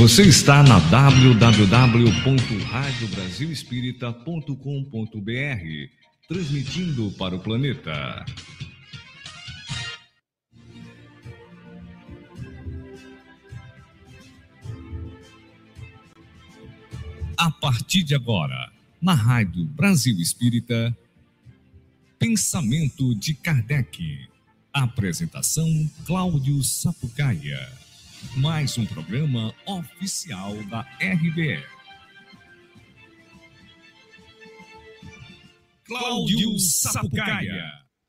Você está na www.radiobrasilespírita.com.br, transmitindo para o planeta. A partir de agora, na Rádio Brasil Espírita, Pensamento de Kardec. Apresentação Cláudio Sapucaia. Mais um programa oficial da RBE. Cláudio Sapucaia.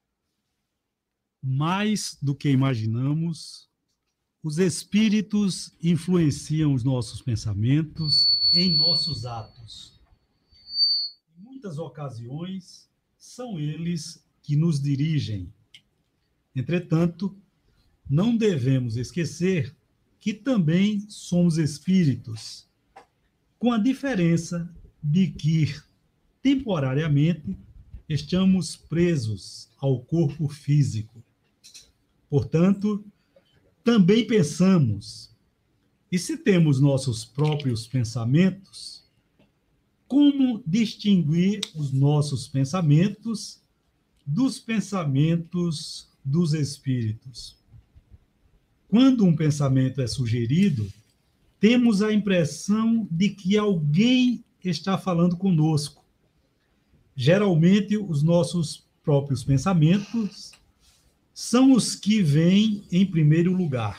Mais do que imaginamos, os espíritos influenciam os nossos pensamentos em nossos atos. Em muitas ocasiões, são eles que nos dirigem. Entretanto, não devemos esquecer que também somos espíritos, com a diferença de que, temporariamente, estamos presos ao corpo físico. Portanto, também pensamos. E se temos nossos próprios pensamentos, como distinguir os nossos pensamentos dos pensamentos dos espíritos? Quando um pensamento é sugerido, temos a impressão de que alguém está falando conosco. Geralmente, os nossos próprios pensamentos são os que vêm em primeiro lugar.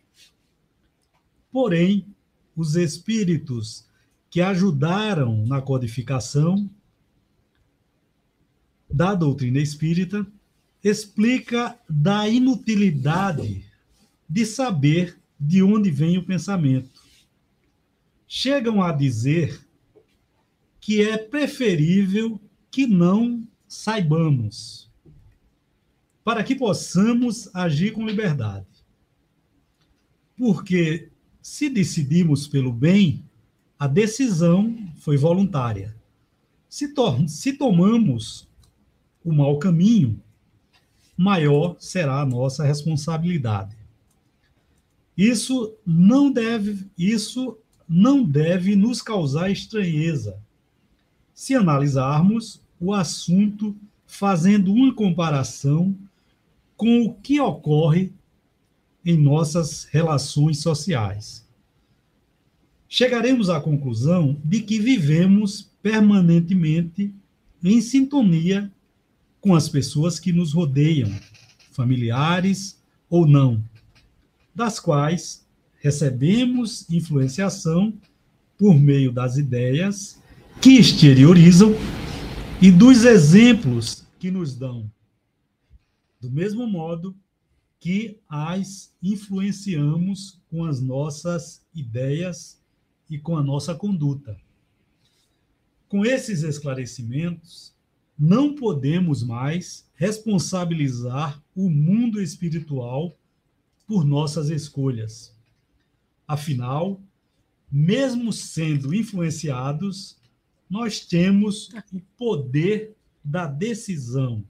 Porém, os espíritos que ajudaram na codificação da doutrina espírita explica da inutilidade de saber de onde vem o pensamento. Chegam a dizer que é preferível que não saibamos, para que possamos agir com liberdade. Porque, se decidimos pelo bem, a decisão foi voluntária. Se tomamos o mau caminho, maior será a nossa responsabilidade. Isso não deve nos causar estranheza, se analisarmos o assunto fazendo uma comparação com o que ocorre em nossas relações sociais. Chegaremos à conclusão de que vivemos permanentemente em sintonia com as pessoas que nos rodeiam, familiares ou não, das quais recebemos influenciação por meio das ideias que exteriorizam e dos exemplos que nos dão, do mesmo modo que as influenciamos com as nossas ideias e com a nossa conduta. Com esses esclarecimentos, não podemos mais responsabilizar o mundo espiritual por nossas escolhas. Afinal, mesmo sendo influenciados, nós temos o poder da decisão.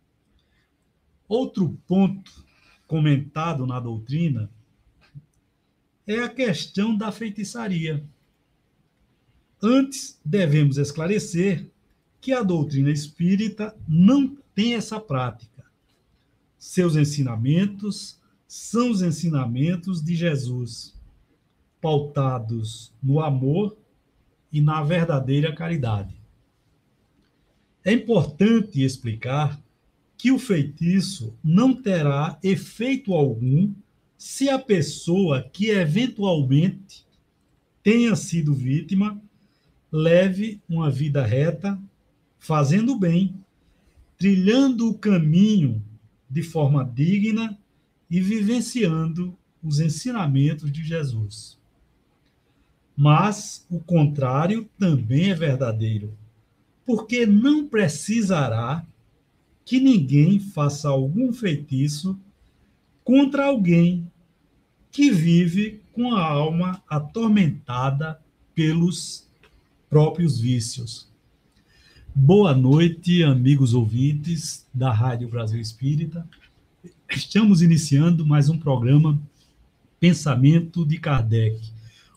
Outro ponto comentado na doutrina é a questão da feitiçaria. Antes, devemos esclarecer que a doutrina espírita não tem essa prática. Seus ensinamentos são os ensinamentos de Jesus, pautados no amor e na verdadeira caridade. É importante explicar que o feitiço não terá efeito algum se a pessoa que eventualmente tenha sido vítima leve uma vida reta, fazendo o bem, trilhando o caminho de forma digna e vivenciando os ensinamentos de Jesus. Mas o contrário também é verdadeiro, porque não precisará que ninguém faça algum feitiço contra alguém que vive com a alma atormentada pelos próprios vícios. Boa noite, amigos ouvintes da Rádio Brasil Espírita. Estamos iniciando mais um programa Pensamento de Kardec,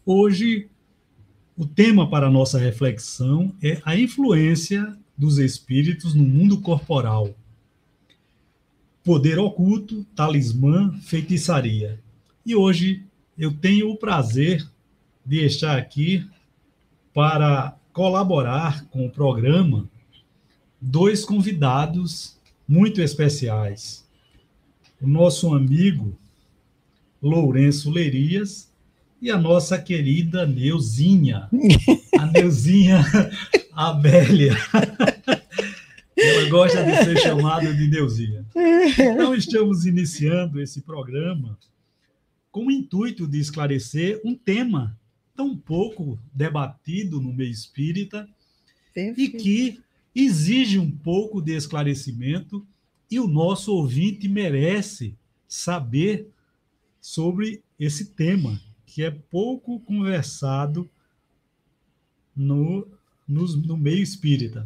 Hoje, o tema para a nossa reflexão é a influência dos espíritos no mundo corporal. Poder oculto, talismã, feitiçaria. E hoje eu tenho o prazer de estar aqui para colaborar com o programa dois convidados muito especiais. O nosso amigo Lourenço Lerias e a nossa querida Neuzinha. A Neuzinha Abélia. Ela gosta de ser chamada de Neuzinha. Então, estamos iniciando esse programa com o intuito de esclarecer um tema tão pouco debatido no meio espírita e que exige um pouco de esclarecimento, e o nosso ouvinte merece saber sobre esse tema, que é pouco conversado no meio espírita.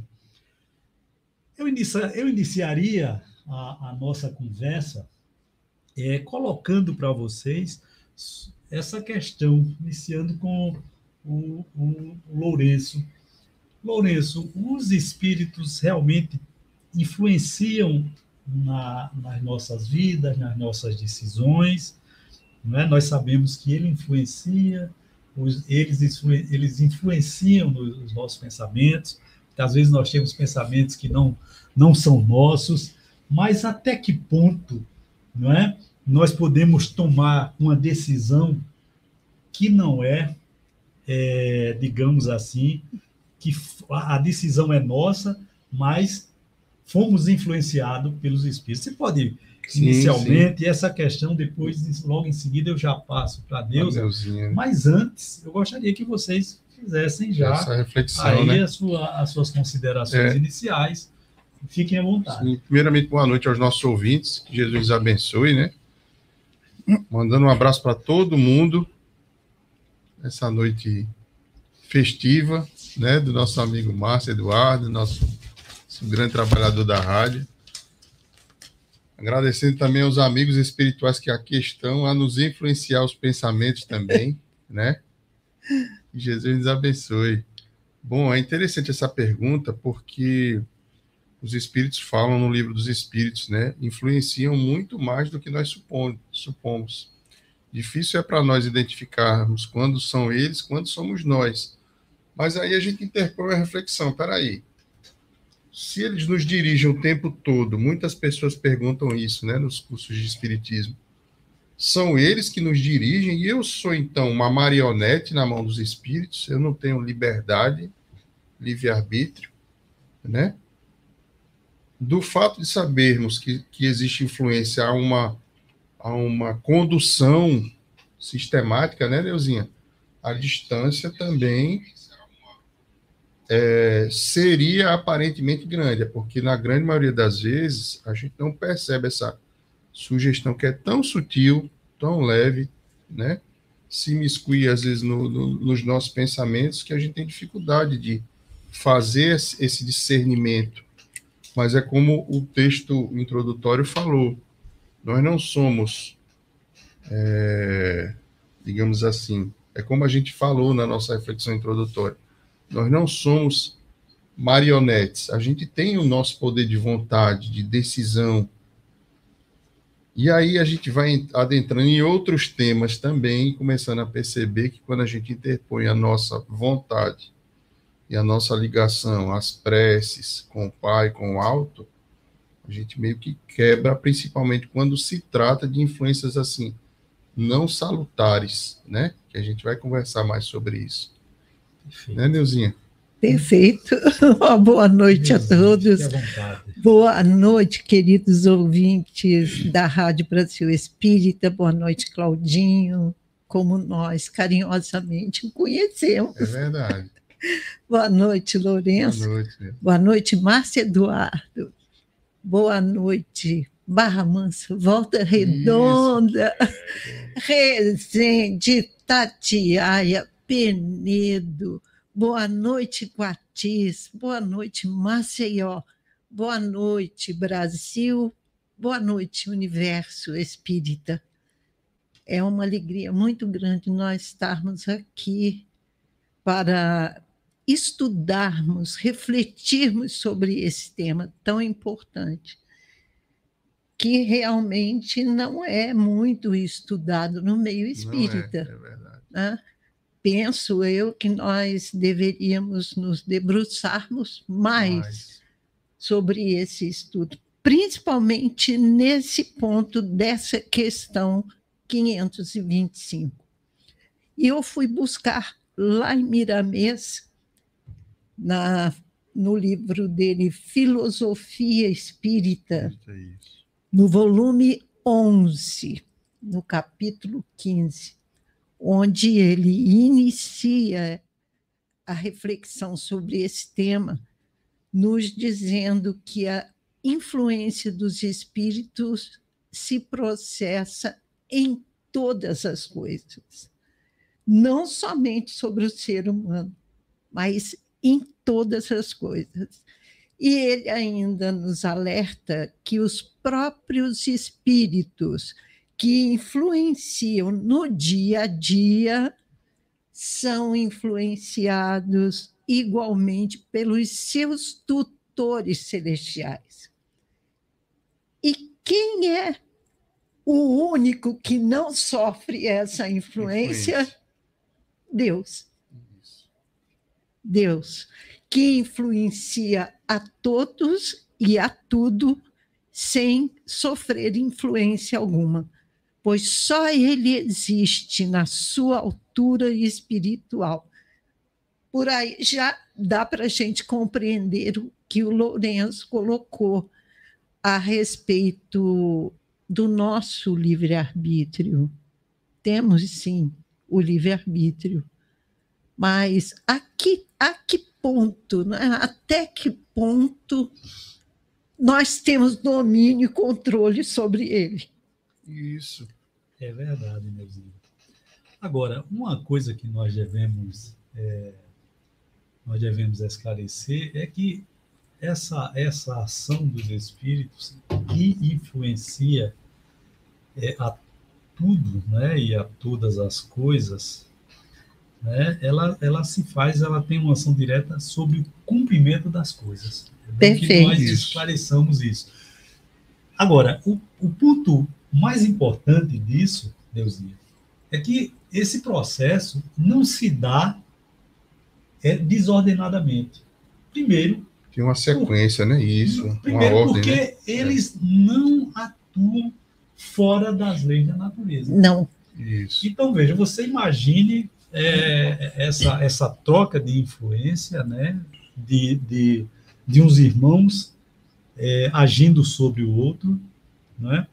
Eu iniciaria a nossa conversa colocando para vocês essa questão, iniciando com o Lourenço. Lourenço, os espíritos realmente influenciam nas nossas vidas, nas nossas decisões, não é? Nós sabemos que ele influencia, eles influenciam nos nossos pensamentos. Às vezes nós temos pensamentos que não são nossos, mas até que ponto, não é? Nós podemos tomar uma decisão que não digamos assim, que a decisão é nossa, mas fomos influenciados pelos espíritos. Você pode, inicialmente, sim. Essa questão, depois, logo em seguida, eu já passo para Deus. Mas antes, eu gostaria que vocês fizessem já essa reflexão, aí, né? As suas considerações iniciais. Fiquem à vontade. Sim. Primeiramente, boa noite aos nossos ouvintes. Que Jesus abençoe, né? Mandando um abraço para todo mundo nessa noite festiva, né, do nosso amigo Márcio Eduardo, nosso grande trabalhador da rádio. Agradecendo também aos amigos espirituais que aqui estão a nos influenciar os pensamentos também, né? Que Jesus nos abençoe. Bom, é interessante essa pergunta porque os espíritos falam no livro dos espíritos, né? Influenciam muito mais do que nós supomos. Difícil é para nós identificarmos quando são eles, quando somos nós. Mas aí a gente interpõe a reflexão, peraí, se eles nos dirigem o tempo todo, muitas pessoas perguntam isso, né, nos cursos de espiritismo, são eles que nos dirigem e eu sou, então, uma marionete na mão dos espíritos, eu não tenho liberdade, livre-arbítrio, né? Do fato de sabermos que existe influência a uma condução sistemática, né, Neuzinha? A distância também seria aparentemente grande, porque na grande maioria das vezes a gente não percebe essa sugestão que é tão sutil, tão leve, né? Se imiscui às vezes nos nossos pensamentos que a gente tem dificuldade de fazer esse discernimento. Mas é como o texto introdutório falou, nós não somos, digamos assim, é como a gente falou na nossa reflexão introdutória, nós não somos marionetes, a gente tem o nosso poder de vontade, de decisão. E aí a gente vai adentrando em outros temas também, começando a perceber que quando a gente interpõe a nossa vontade e a nossa ligação às preces com o Pai, com o Alto, a gente meio que quebra, principalmente quando se trata de influências assim, não salutares, né? Que a gente vai conversar mais sobre isso. Perfeito. Né, Neuzinha? Perfeito. Uma boa noite a todos. Boa noite, queridos ouvintes da Rádio Brasil Espírita. Boa noite, Claudinho, como nós carinhosamente o conhecemos. É verdade. Boa noite, Lourenço. Boa noite. Boa noite, Márcio Eduardo. Boa noite, Barra Mansa, Volta Redonda, Resende, Tatiaia, Penedo. Boa noite, Quatis. Boa noite, Maceió. Boa noite, Brasil. Boa noite, Universo Espírita. é uma alegria muito grande nós estarmos aqui para estudarmos, refletirmos sobre esse tema tão importante, que realmente não é muito estudado no meio espírita. Não é verdade. Né? Penso eu que nós deveríamos nos debruçarmos mais sobre esse estudo, principalmente nesse ponto dessa questão 525. E eu fui buscar lá em Miramês, no livro dele, Filosofia Espírita, no volume 11, no capítulo 15, onde ele inicia a reflexão sobre esse tema, nos dizendo que a influência dos espíritos se processa em todas as coisas, não somente sobre o ser humano, mas em todas as coisas. E ele ainda nos alerta que os próprios espíritos que influenciam no dia a dia são influenciados igualmente pelos seus tutores celestiais. E quem é o único que não sofre essa influência? Deus. Deus, que influencia a todos e a tudo sem sofrer influência alguma, pois só ele existe na sua altura espiritual. Por aí já dá para a gente compreender o que o Lourenço colocou a respeito do nosso livre-arbítrio. Temos, sim, o livre-arbítrio, mas a que ponto, né? Até que ponto nós temos domínio e controle sobre ele? Isso. É verdade, Neuzinho. Agora, uma coisa que nós devemos esclarecer é que essa ação dos espíritos que influencia a tudo, né, e a todas as coisas, né, ela tem uma ação direta sobre o cumprimento das coisas. Perfeito. Que nós esclareçamos isso. Agora, o ponto mais importante disso, Deusinha, é que esse processo não se dá desordenadamente. Primeiro... Tem uma sequência, né? Isso. Primeiro, uma ordem, porque né? eles não atuam fora das leis da natureza. Não. Isso. Então, veja, você imagine essa troca de influência, né, de uns irmãos agindo sobre o outro, né?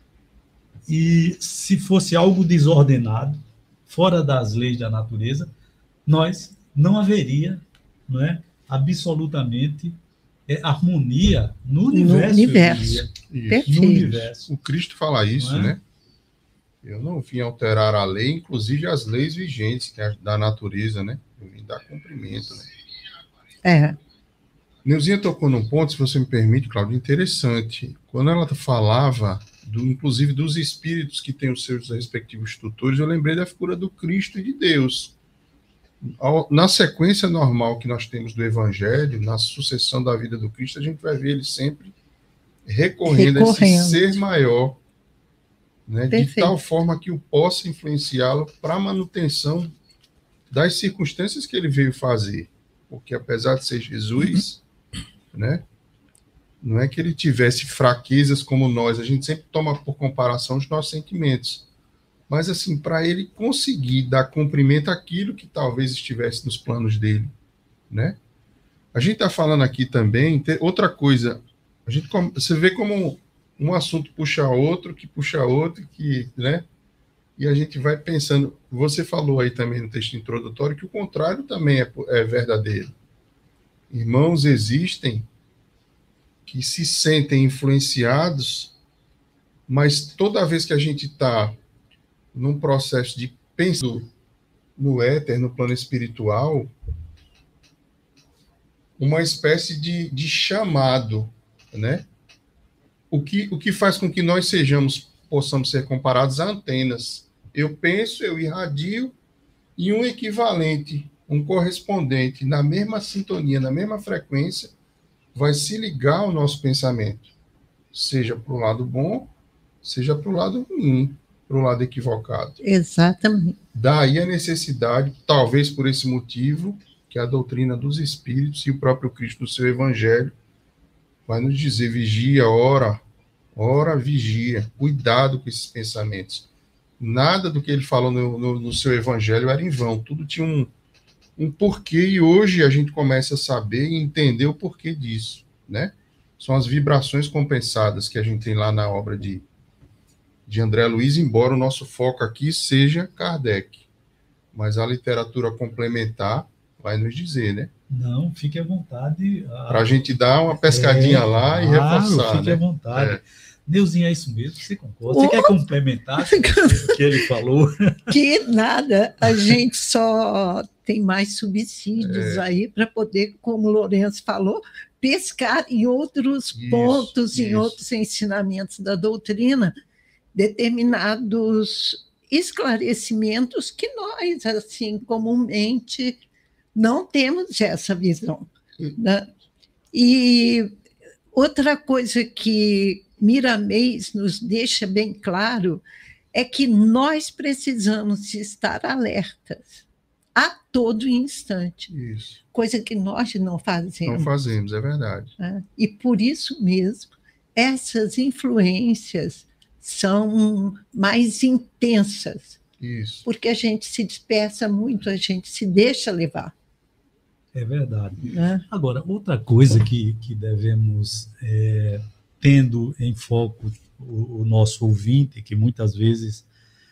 E se fosse algo desordenado, fora das leis da natureza, nós não haveria, não é, absolutamente harmonia no universo. Perfeito. No universo. O Cristo fala isso, né? Eu não vim alterar a lei, inclusive as leis vigentes da natureza, né? Eu vim dar cumprimento, né? Neuzinha tocou num ponto, se você me permite, Cláudio, interessante. Quando ela falava, inclusive, dos espíritos que têm os seus respectivos tutores, eu lembrei da figura do Cristo e de Deus. Na sequência normal que nós temos do Evangelho, na sucessão da vida do Cristo, a gente vai ver ele sempre recorrendo. A esse ser maior, né, de tal forma que o possa influenciá-lo para a manutenção das circunstâncias que ele veio fazer. Porque apesar de ser Jesus, né, não é que ele tivesse fraquezas como nós, a gente sempre toma por comparação os nossos sentimentos. Mas, assim, para ele conseguir dar cumprimento àquilo que talvez estivesse nos planos dele, né? A gente está falando aqui também, outra coisa, você vê como um assunto puxa outro, que, né? E a gente vai pensando, você falou aí também no texto introdutório que o contrário também é verdadeiro. Irmãos existem que se sentem influenciados, mas toda vez que a gente está num processo de pensar no éter, no plano espiritual, uma espécie de chamado, né? O que faz com que nós possamos ser comparados a antenas, Eu penso, eu irradio, e um equivalente, um correspondente, na mesma sintonia, na mesma frequência, vai se ligar ao nosso pensamento, seja para o lado bom, seja para o lado ruim, para o lado equivocado. Exatamente. Daí a necessidade, talvez por esse motivo, que a doutrina dos espíritos e o próprio Cristo no seu evangelho vai nos dizer: vigia, ora, vigia, cuidado com esses pensamentos. Nada do que ele falou no seu evangelho era em vão, tudo tinha um porquê, e hoje a gente começa a saber e entender o porquê disso, né? São as vibrações compensadas que a gente tem lá na obra de André Luiz, embora o nosso foco aqui seja Kardec, mas a literatura complementar vai nos dizer, né? Não, fique à vontade. Para a gente dar uma pescadinha lá e reforçar, fique né? à vontade. Neuzinha, é isso mesmo? Você concorda? Você quer complementar o que ele falou? Que nada, a gente só tem mais subsídios aí para poder, como o Lourenço falou, pescar em outros pontos, em outros ensinamentos da doutrina, determinados esclarecimentos que nós, assim, comumente, não temos essa visão, né? E outra coisa que Miramês nos deixa bem claro é que nós precisamos estar alertas a todo instante. Isso. Coisa que nós não fazemos. Não fazemos, é verdade. E por isso mesmo, essas influências são mais intensas. Isso. Porque a gente se dispersa muito, a gente se deixa levar. É verdade. Agora, outra coisa que devemos, tendo em foco o nosso ouvinte, que muitas vezes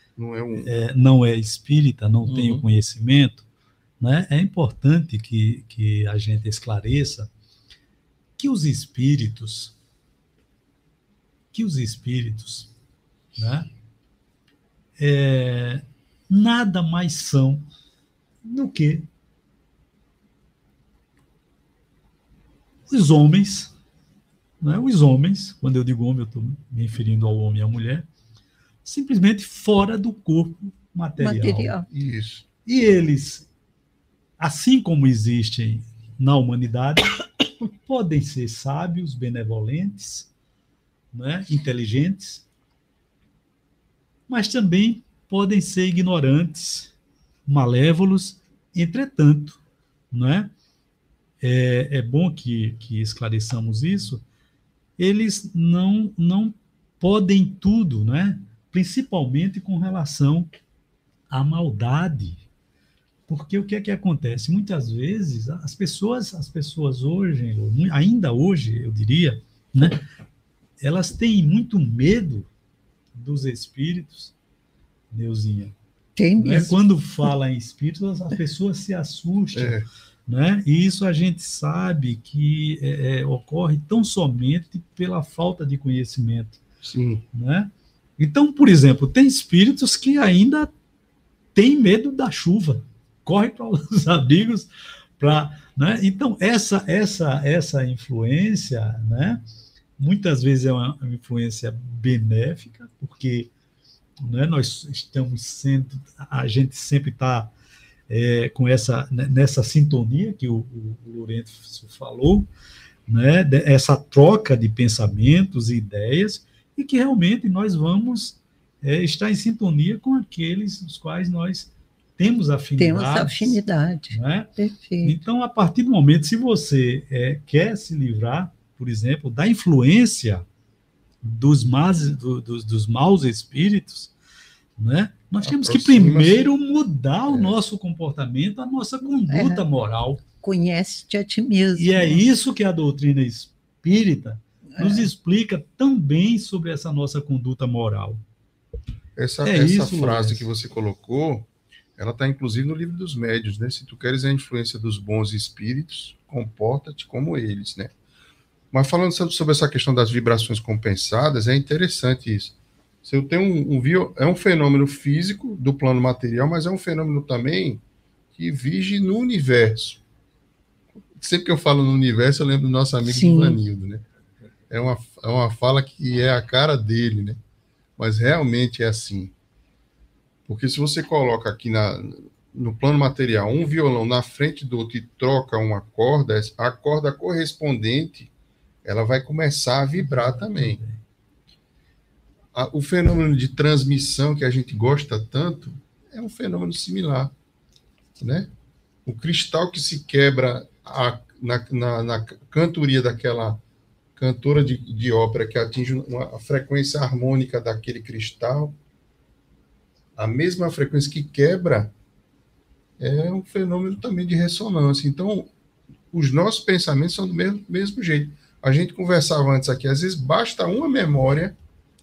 não é espírita, não tem o conhecimento, né? É importante que a gente esclareça que os espíritos, né, nada mais são do que os homens, né? Os homens, quando eu digo homem, eu estou me referindo ao homem e à mulher, simplesmente fora do corpo material. Isso. E eles, assim como existem na humanidade, podem ser sábios, benevolentes, né? Inteligentes, mas também podem ser ignorantes, malévolos. Entretanto, né? É bom que esclareçamos isso. Eles não podem tudo, né? Principalmente com relação à maldade. Porque o que é que acontece? Muitas vezes as pessoas hoje, ainda hoje, eu diria, né? Elas têm muito medo dos espíritos, Neuzinha. Tem mesmo. Quando fala em espíritos, as pessoas se assustam. Né? E isso a gente sabe que ocorre tão somente pela falta de conhecimento. Sim. Né? Então, por exemplo, tem espíritos que ainda têm medo da chuva, corre para os abrigos, né? Então, essa influência, né, muitas vezes é uma influência benéfica, porque, né, nós estamos sendo, a gente sempre está com nessa sintonia que o Lourenço falou, né, essa troca de pensamentos e ideias, e que realmente nós vamos estar em sintonia com aqueles os quais nós temos afinidade. Temos afinidade. Né? Perfeito. Então, a partir do momento, se você quer se livrar, por exemplo, da influência dos maus espíritos, né? Nós temos que primeiro mudar o nosso comportamento, a nossa conduta moral. Conhece-te a ti mesmo. E é isso que a doutrina espírita nos explica também sobre essa nossa conduta moral. Essa frase que você colocou, ela está inclusive no Livro dos Médiuns, né? Se tu queres a influência dos bons espíritos, comporta-te como eles, né? Mas falando sobre essa questão das vibrações compensadas, é interessante isso. Se eu tenho é um fenômeno físico do plano material, mas é um fenômeno também que vige no universo. Sempre que eu falo no universo, eu lembro do nosso amigo Ivanildo, né? É uma fala que é a cara dele, né? Mas realmente é assim. Porque se você coloca aqui no plano material um violão na frente do outro e troca uma corda, a corda correspondente ela vai começar a vibrar também. O fenômeno de transmissão que a gente gosta tanto é um fenômeno similar, né? O cristal que se quebra na cantoria daquela cantora de ópera que atinge a frequência harmônica daquele cristal, a mesma frequência que quebra é um fenômeno também de ressonância. Então, os nossos pensamentos são do mesmo jeito. A gente conversava antes aqui, às vezes basta uma memória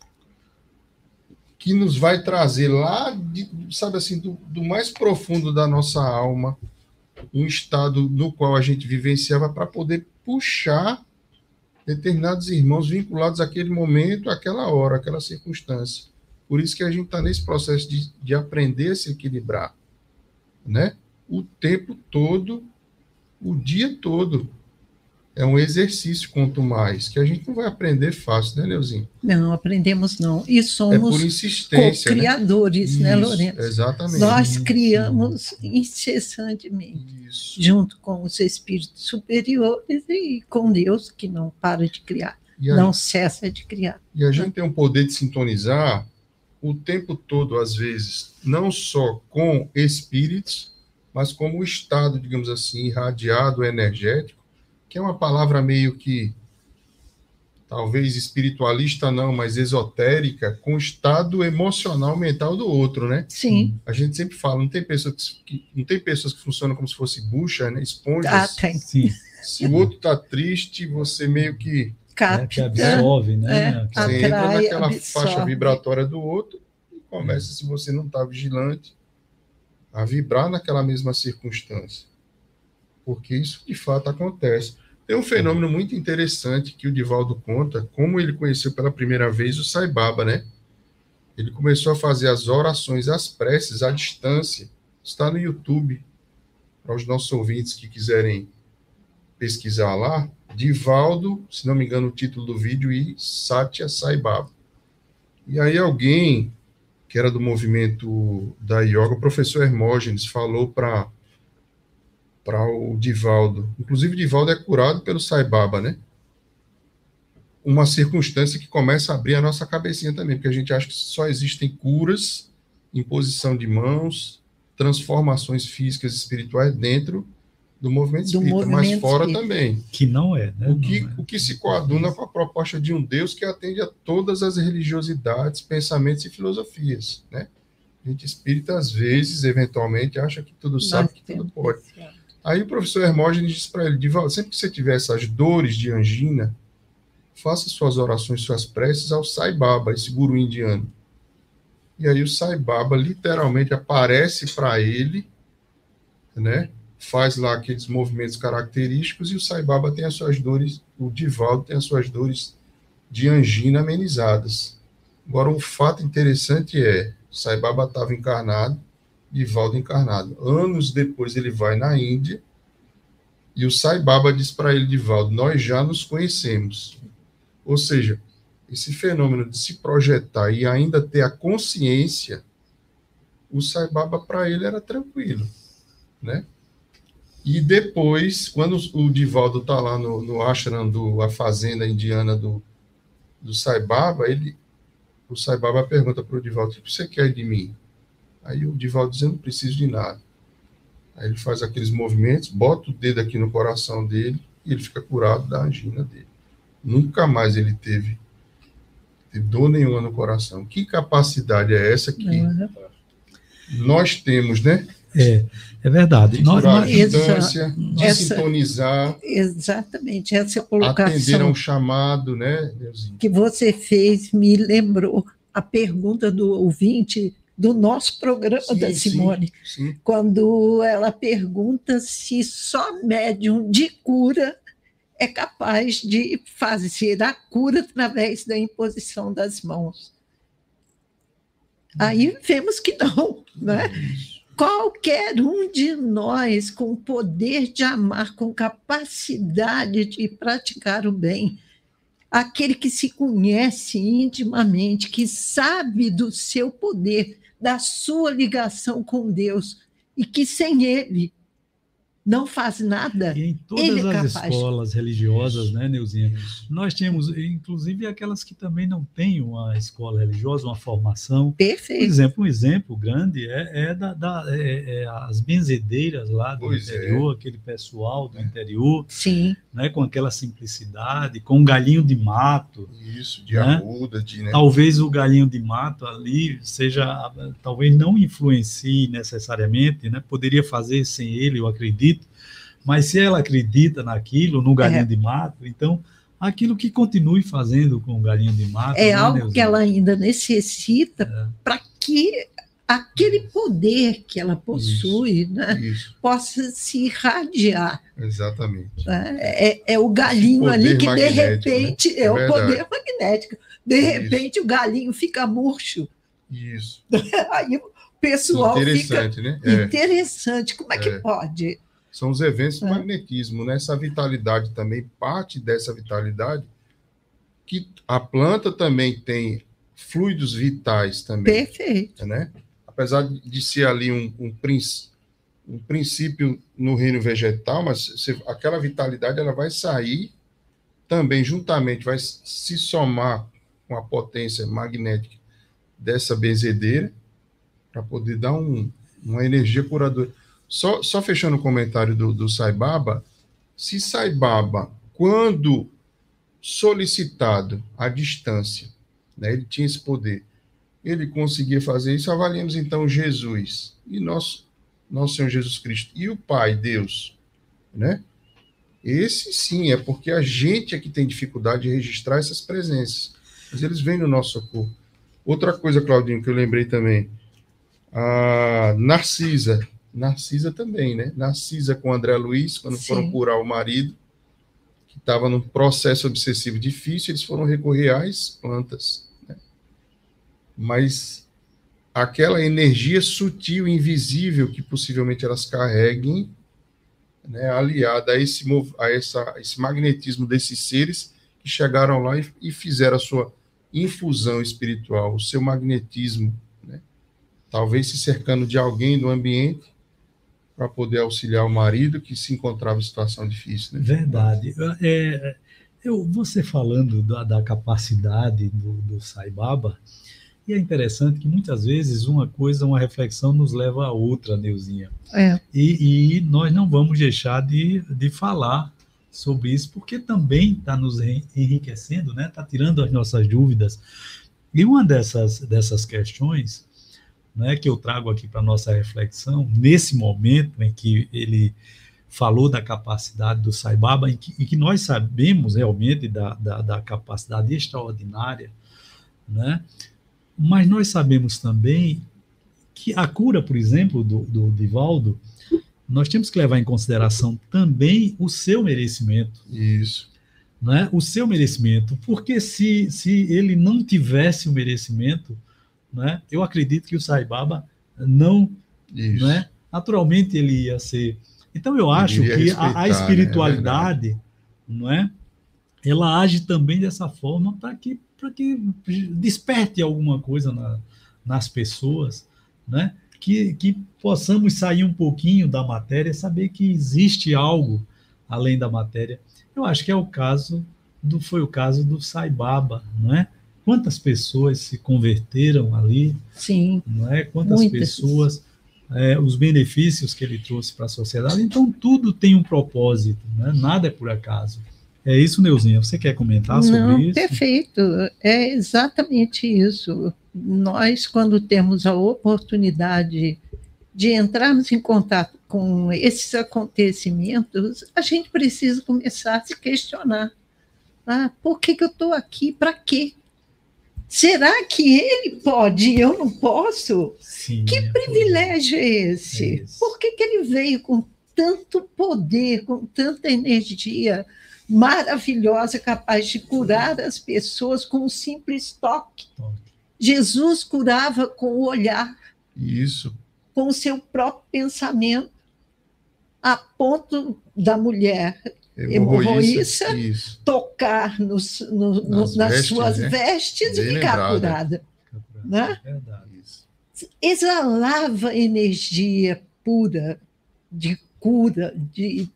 que nos vai trazer lá, sabe assim, do mais profundo da nossa alma, um estado no qual a gente vivenciava para poder puxar determinados irmãos vinculados àquele momento, àquela hora, àquela circunstância. Por isso que a gente está nesse processo de aprender a se equilibrar, né? O tempo todo, o dia todo. É um exercício, quanto mais, que a gente não vai aprender fácil, né, Neuzinho? Não, aprendemos não. E somos co-criadores, né, Lourenço? Exatamente. Nós criamos incessantemente, junto com os espíritos superiores e com Deus, que não para de criar, não cessa de criar. E a gente tem o poder de sintonizar o tempo todo, às vezes, não só com espíritos, mas como o estado, digamos assim, irradiado, energético, que é uma palavra meio que, talvez espiritualista não, mas esotérica, com o estado emocional mental do outro, né? Sim. A gente sempre fala, não tem pessoas que funcionam como se fosse bucha, né? Esponjas. Tem. Sim. Se o outro está triste, você meio que capta, que absorve, né? Você entra naquela faixa vibratória do outro e começa, se você não está vigilante, a vibrar naquela mesma circunstância. Porque isso, de fato, acontece. Tem um fenômeno muito interessante que o Divaldo conta, como ele conheceu pela primeira vez o Sai Baba, né? Ele começou a fazer as orações, as preces à distância. Está no YouTube, para os nossos ouvintes que quiserem pesquisar lá. Divaldo, se não me engano o título do vídeo, e Satya Sai Baba. E aí alguém, que era do movimento da yoga, o professor Hermógenes, falou para o Divaldo, inclusive o Divaldo é curado pelo Sai Baba, né? Uma circunstância que começa a abrir a nossa cabecinha também, porque a gente acha que só existem curas, imposição de mãos, transformações físicas e espirituais dentro do movimento espírita, mas fora também. Que não é, né? O que se coaduna com a proposta de um Deus que atende a todas as religiosidades, pensamentos e filosofias, né? A gente espírita, às vezes, eventualmente, acha que tudo sabe, que tudo pode. Aí o professor Hermógenes disse para ele, Divaldo, sempre que você tiver essas dores de angina, faça suas orações, suas preces ao Sai Baba, esse guru indiano. E aí o Sai Baba literalmente aparece para ele, né? Faz lá aqueles movimentos característicos e o Sai Baba tem as suas dores, o Divaldo tem as suas dores de angina amenizadas. Agora, um fato interessante é, Sai Baba estava encarnado, Divaldo encarnado. Anos depois ele vai na Índia e o Sai Baba diz para ele, Divaldo, nós já nos conhecemos. Ou seja, esse fenômeno de se projetar e ainda ter a consciência, o Sai Baba para ele era tranquilo, né? E depois, quando o Divaldo está lá no ashram, a fazenda indiana do Sai Baba, o Sai Baba pergunta para o Divaldo, o que você quer de mim? Aí o Divaldo diz, eu não preciso de nada. Aí ele faz aqueles movimentos, bota o dedo aqui no coração dele e ele fica curado da angina dele. Nunca mais ele teve dor nenhuma no coração. Que capacidade é essa que nós temos, né? É verdade. De curar a distância, de sintonizar. Exatamente, essa colocação. Atender a um chamado, né, Neuzinho? Que você fez me lembrou a pergunta do ouvinte do nosso programa da Simone, sim. Quando ela pergunta se só médium de cura é capaz de fazer a cura através da imposição das mãos. Aí vemos que não, né? Qualquer um de nós com poder de amar, com capacidade de praticar o bem, aquele que se conhece intimamente, que sabe do seu poder, da sua ligação com Deus, e que sem ele não faz nada. E em todas as escolas religiosas, né, Neuzinha? Nós temos, inclusive, aquelas que também não têm uma escola religiosa, uma formação. Perfeito. Um exemplo grande é as benzedeiras lá do interior, aquele pessoal do interior, sim, né, com aquela simplicidade, com um galinho de mato. Isso, de arruda, né? Talvez o galinho de mato ali seja, talvez não influencie necessariamente, né? Poderia fazer sem ele, eu acredito, mas se ela acredita naquilo, no galinho de mato, então aquilo que continue fazendo com o galinho de mato. É algo que ela ainda necessita para que aquele poder que ela possui, isso. Possa se irradiar. Exatamente. É o galinho ali que, de repente, né? o poder magnético. De repente, o galinho fica murcho. Isso. Aí o pessoal interessante, fica... né? Interessante. Como é que pode? São os eventos do magnetismo, né? Essa vitalidade também, parte dessa vitalidade, que a planta também tem fluidos vitais também. Perfeito. Né? Apesar de ser ali um princípio no reino vegetal, mas aquela vitalidade ela vai sair também juntamente, vai se somar com a potência magnética dessa benzedeira para poder dar uma energia curadora. Só fechando o comentário do Sai Baba, se Sai Baba, quando solicitado à distância, né, ele tinha esse poder, ele conseguia fazer isso, avaliamos então Jesus e nosso Senhor Jesus Cristo e o Pai, Deus, né? Esse sim, é porque a gente é que tem dificuldade de registrar essas presenças, mas eles vêm no nosso socorro. Outra coisa, Claudinho, que eu lembrei também, a Narcisa também, né? Narcisa com André Luiz, quando foram curar o marido, que estava num processo obsessivo difícil, eles foram recorrer às plantas, né? Mas aquela energia sutil, invisível, que possivelmente elas carreguem, né, aliada a esse magnetismo desses seres que chegaram lá e fizeram a sua infusão espiritual, o seu magnetismo, né? Talvez se cercando de alguém do ambiente para poder auxiliar o marido que se encontrava em situação difícil. Né? Verdade. Você falando da capacidade do Sai Baba, e é interessante que muitas vezes uma reflexão nos leva a outra, Neuzinha. E nós não vamos deixar de falar sobre isso, porque também está nos enriquecendo, né? Está tirando as nossas dúvidas. E uma dessas questões, né, que eu trago aqui para a nossa reflexão, nesse momento em que ele falou da capacidade do Sai Baba, e que nós sabemos realmente da capacidade extraordinária, né? Mas nós sabemos também que a cura, por exemplo, do Divaldo, nós temos que levar em consideração também o seu merecimento. Isso. Né? O seu merecimento, porque se ele não tivesse o merecimento, né, eu acredito que o Sai Baba não... Né, naturalmente ele ia ser... Então eu acho que a espiritualidade, né, não é? Ela age também dessa forma para que desperte alguma coisa nas pessoas, né? Que possamos sair um pouquinho da matéria, saber que existe algo além da matéria. Eu acho que foi o caso do Sai Baba, não é? Quantas pessoas se converteram ali? Sim. Não é? Quantas pessoas, os benefícios que ele trouxe para a sociedade. Então, tudo tem um propósito, né? Nada é por acaso. É isso, Neuzinha? Você quer comentar sobre isso? Perfeito. É exatamente isso. Nós, quando temos a oportunidade de entrarmos em contato com esses acontecimentos, a gente precisa começar a se questionar. Por que eu estou aqui? Para quê? Será que ele pode e eu não posso? Sim, que privilégio é esse? Por que ele veio com tanto poder, com tanta energia maravilhosa, capaz de curar as pessoas com um simples toque? Jesus curava com o olhar. Isso. Com o seu próprio pensamento, a ponto da mulher hemorroíça tocar nas suas vestes e ficar curada. Né? Verdade. exalava energia pura, de cura, de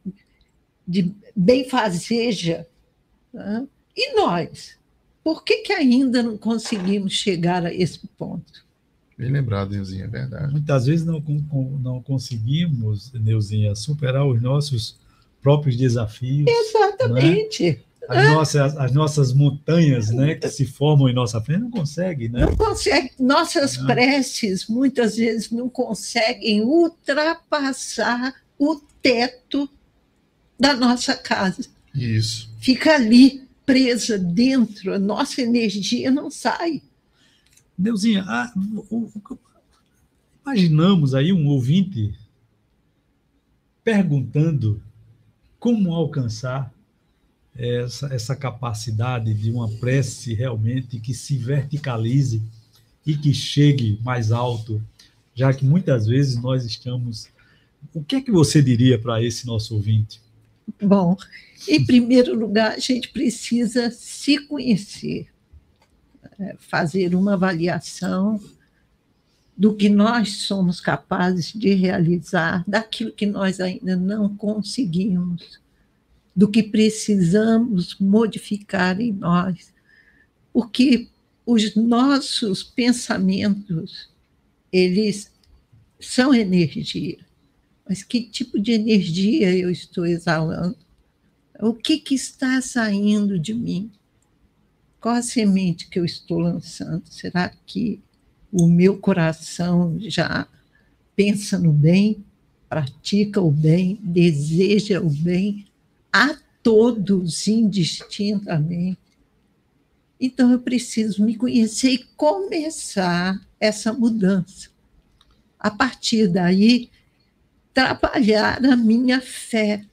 benfazeja. Né? E nós? Por que ainda não conseguimos chegar a esse ponto? Bem lembrado, Neuzinha, é verdade. Muitas vezes não conseguimos, Neuzinha, superar os nossos próprios desafios. Exatamente. Né? As nossas montanhas, né, que se formam em nossa frente, não consegue, né? Não consegue. Nossas preces, muitas vezes, não conseguem ultrapassar o teto da nossa casa. Isso. Fica ali, presa dentro, a nossa energia não sai. Neuzinha, imaginamos aí um ouvinte perguntando como alcançar essa capacidade de uma prece realmente que se verticalize e que chegue mais alto, já que muitas vezes nós estamos... O que é que você diria para esse nosso ouvinte? Bom, em primeiro lugar, a gente precisa se conhecer, fazer uma avaliação do que nós somos capazes de realizar, daquilo que nós ainda não conseguimos, do que precisamos modificar em nós, porque os nossos pensamentos, eles são energia. Mas que tipo de energia eu estou exalando? O que está saindo de mim? Qual a semente que eu estou lançando? Será que o meu coração já pensa no bem, pratica o bem, deseja o bem a todos indistintamente? Então eu preciso me conhecer e começar essa mudança. A partir daí, trabalhar a minha fé,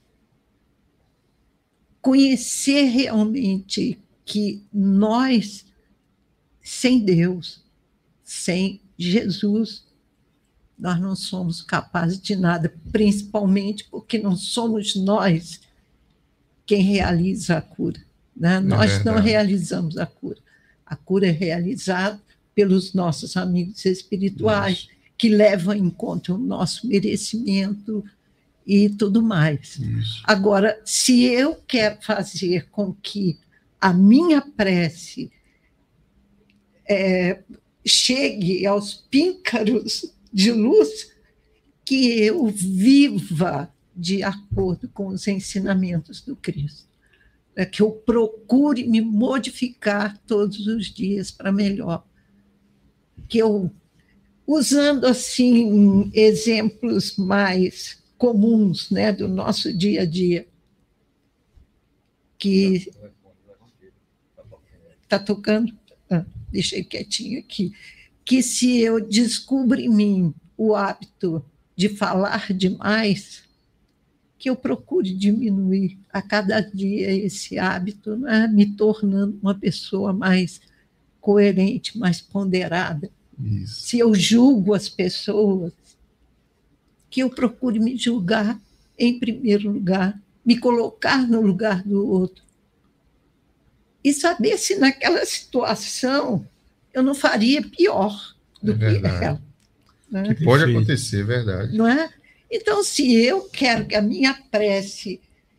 conhecer realmente que nós, sem Deus, sem Jesus, nós não somos capazes de nada, principalmente porque não somos nós quem realiza a cura. Né? Nós não realizamos a cura. A cura é realizada pelos nossos amigos espirituais, isso, que levam em conta o nosso merecimento e tudo mais. Isso. Agora, se eu quero fazer com que a minha prece chegue aos píncaros de luz, que eu viva de acordo com os ensinamentos do Cristo. Que eu procure me modificar todos os dias para melhor. Que eu, usando assim exemplos mais comuns, né, do nosso dia a dia, que está tocando, deixei quietinho aqui, que se eu descubro em mim o hábito de falar demais, que eu procure diminuir a cada dia esse hábito, né, me tornando uma pessoa mais coerente, mais ponderada. Isso. Se eu julgo as pessoas, que eu procure me julgar em primeiro lugar, me colocar no lugar do outro e saber se naquela situação eu não faria pior do que ela. Né? Que pode acontecer, é verdade. Não é? Então, se eu quero que a minha prece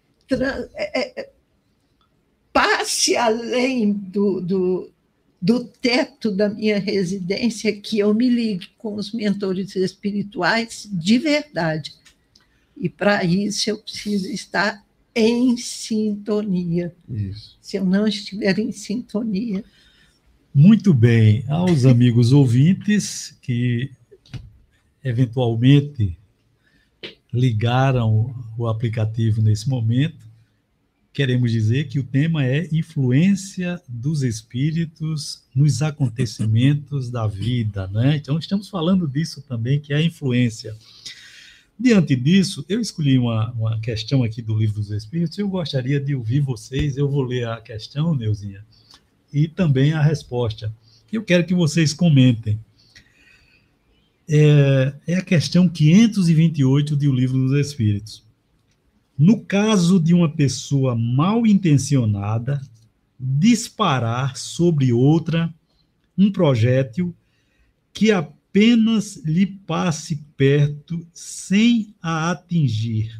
passe além do teto da minha residência, que eu me ligue com os mentores espirituais de verdade. E, para isso, eu preciso estar em sintonia. Isso. Se eu não estiver em sintonia... Muito bem. Aos amigos ouvintes que, eventualmente, ligaram o aplicativo nesse momento, queremos dizer que o tema é influência dos espíritos nos acontecimentos da vida, né? Então, estamos falando disso também, que é a influência. Diante disso, eu escolhi uma questão aqui do Livro dos Espíritos, eu gostaria de ouvir vocês, eu vou ler a questão, Neuzinha, e também a resposta. Eu quero que vocês comentem. É a questão 528 do Livro dos Espíritos. No caso de uma pessoa mal intencionada disparar sobre outra um projétil que apenas lhe passe perto sem a atingir,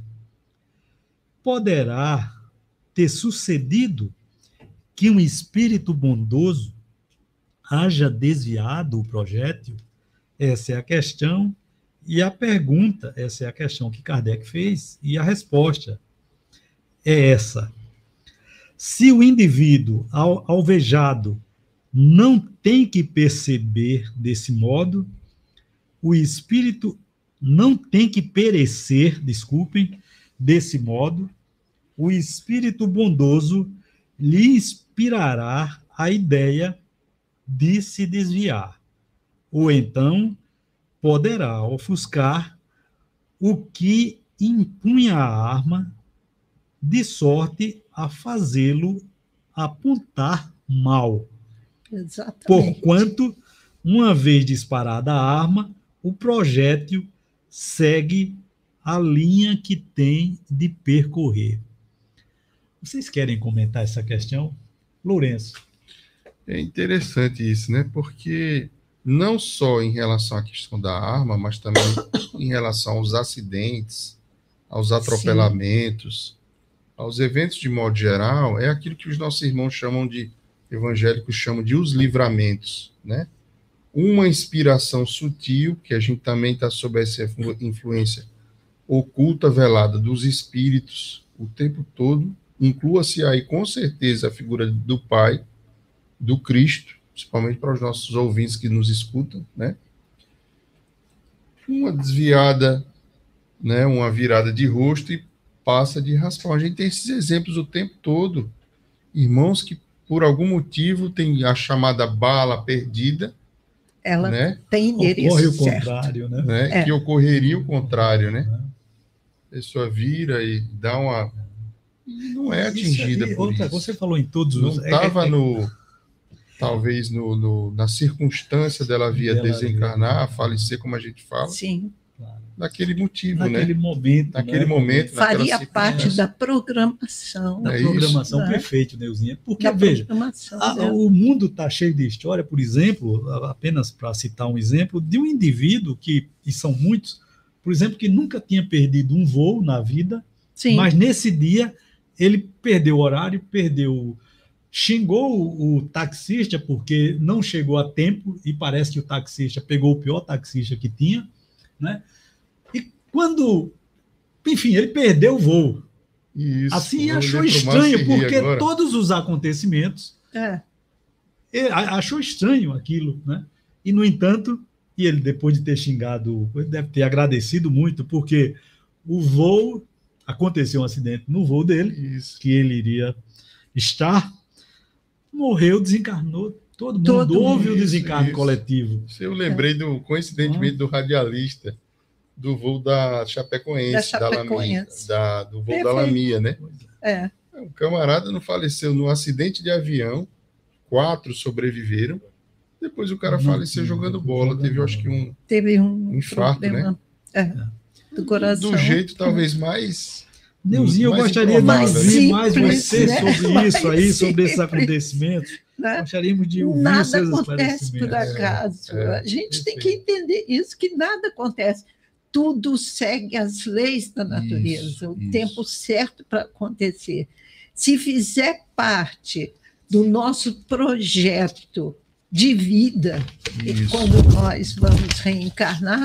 poderá ter sucedido que um espírito bondoso haja desviado o projétil? Essa é a questão e a pergunta, essa é a questão que Kardec fez, e a resposta é essa. Se o indivíduo alvejado não tem que perceber desse modo, o espírito não tem que perecer, desculpem, desse modo, o espírito bondoso lhe inspirará a ideia de se desviar, ou então poderá ofuscar o que impunha a arma, de sorte a fazê-lo apontar mal. Exatamente. Porquanto, uma vez disparada a arma, o projétil segue a linha que tem de percorrer. Vocês querem comentar essa questão? Lourenço. É interessante isso, né? Porque não só em relação à questão da arma, mas também em relação aos acidentes, aos atropelamentos, aos eventos de modo geral, é aquilo que os nossos irmãos chamam de, evangélicos chamam de os livramentos, né? Uma inspiração sutil, que a gente também está sob essa influência oculta, velada dos espíritos o tempo todo, inclua-se aí com certeza a figura do Pai, do Cristo, principalmente para os nossos ouvintes que nos escutam, né? Uma desviada, né? Uma virada de rosto e passa de raspão. A gente tem esses exemplos o tempo todo. Irmãos que, por algum motivo, tem a chamada bala perdida. Ela, né? Tem endereço ocorre o certo. contrário, né? Que ocorreria o contrário, né? A pessoa vira e dá uma... E não é atingida por isso. Você falou em todos os... Não estava talvez na circunstância dela via desencarnar, falecer, como a gente fala. Sim. Naquele motivo, naquele momento. Naquele momento. Faria parte da programação. Da programação, perfeito, Neuzinha. Porque, veja, o mundo está cheio de história, por exemplo, apenas para citar um exemplo, de um indivíduo e são muitos, por exemplo, que nunca tinha perdido um voo na vida, mas nesse dia ele perdeu o horário, xingou o taxista porque não chegou a tempo e parece que o taxista pegou o pior taxista que tinha, né? E quando, enfim, ele perdeu o voo. Isso, assim, achou estranho, porque todos os acontecimentos achou estranho aquilo, né? E, no entanto, ele, depois de ter xingado, deve ter agradecido muito, porque o voo, aconteceu um acidente no voo dele, que ele iria estar, morreu, desencarnou, todo mundo houve o desencarne coletivo. Eu lembrei, coincidentemente, do radialista, do voo da Chapecoense, do voo da Lamia, né? O camarada não faleceu no acidente de avião, 4 sobreviveram, depois o cara faleceu jogando bola, teve, eu acho que um infarto, problema, né? Do coração. Do jeito talvez mais... Neuzinho, eu gostaria de ouvir mais você sobre isso aí, sobre esses acontecimentos. Gostaríamos de ouvir nada seus acontece por acaso. A gente tem que entender isso, que nada acontece. Tudo segue as leis da natureza, o tempo certo para acontecer. Se fizer parte do nosso projeto de vida, e quando nós vamos reencarnar,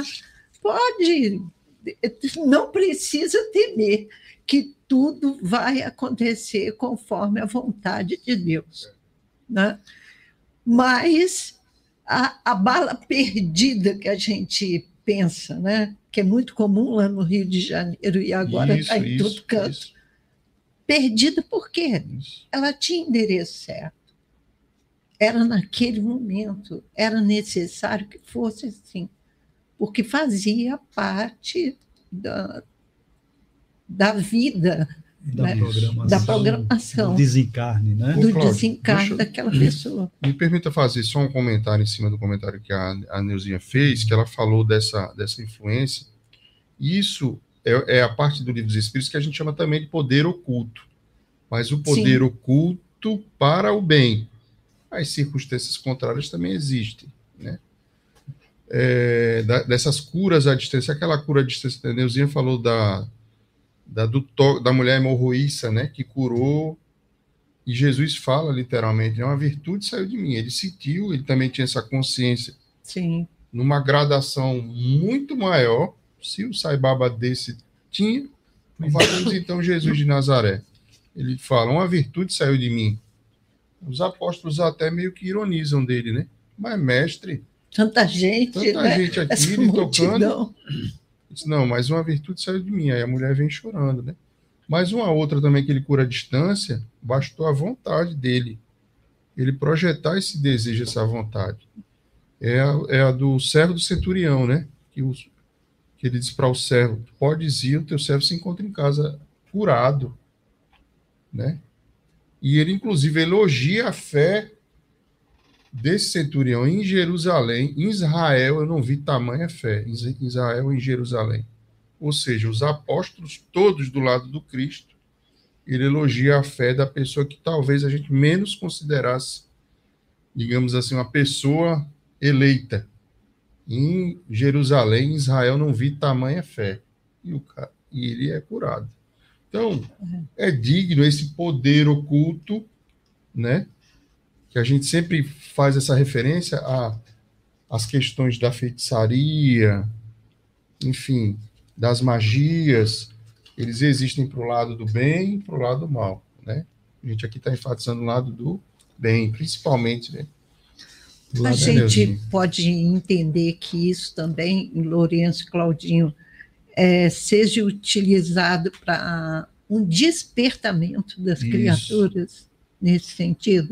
não precisa temer que tudo vai acontecer conforme a vontade de Deus, né? Mas a bala perdida que a gente pensa, né? Que é muito comum lá no Rio de Janeiro e agora está em todo canto. Perdida por quê? Ela tinha endereço certo. Era naquele momento, era necessário que fosse assim, porque fazia parte da vida, da programação. Do desencarne, né? Do desencarne daquela pessoa. Me permita fazer só um comentário em cima do comentário que a Neuzinha fez, que ela falou dessa influência. Isso é a parte do Livro dos Espíritos que a gente chama também de poder oculto. Mas o poder oculto para o bem. As circunstâncias contrárias também existem, né? dessas curas à distância. Aquela cura à distância, a Neuzinha falou da mulher hemorroíça, né, que curou, e Jesus fala literalmente, uma virtude saiu de mim. Ele sentiu, ele também tinha essa consciência. Sim. Numa gradação muito maior, se o Sai Baba desse tinha, valemos então Jesus de Nazaré. Ele fala, uma virtude saiu de mim. Os apóstolos até meio que ironizam dele, né? Mas, mestre, tanta gente aqui lhe tocando. Disse, não, mas uma virtude saiu de mim. Aí a mulher vem chorando, né? Mas uma outra também que ele cura à distância, bastou a vontade dele. Ele projetar esse desejo, essa vontade. É a do servo do centurião, né? Que ele diz para o servo, podes ir, o teu servo se encontra em casa curado, né? E ele, inclusive, elogia a fé desse centurião em Jerusalém. Em Israel, eu não vi tamanha fé. Em Israel, em Jerusalém. Ou seja, os apóstolos todos do lado do Cristo, ele elogia a fé da pessoa que talvez a gente menos considerasse, digamos assim, uma pessoa eleita. Em Jerusalém, em Israel, não vi tamanha fé. E ele é curado. Então, é digno esse poder oculto, né? Que a gente sempre faz essa referência às questões da feitiçaria, enfim, das magias. Eles existem para o lado do bem e para o lado do mal, né? A gente aqui está enfatizando o lado do bem, principalmente, né? A gente pode entender que isso também, em Lourenço e Claudinho, seja utilizado para um despertamento das criaturas, nesse sentido.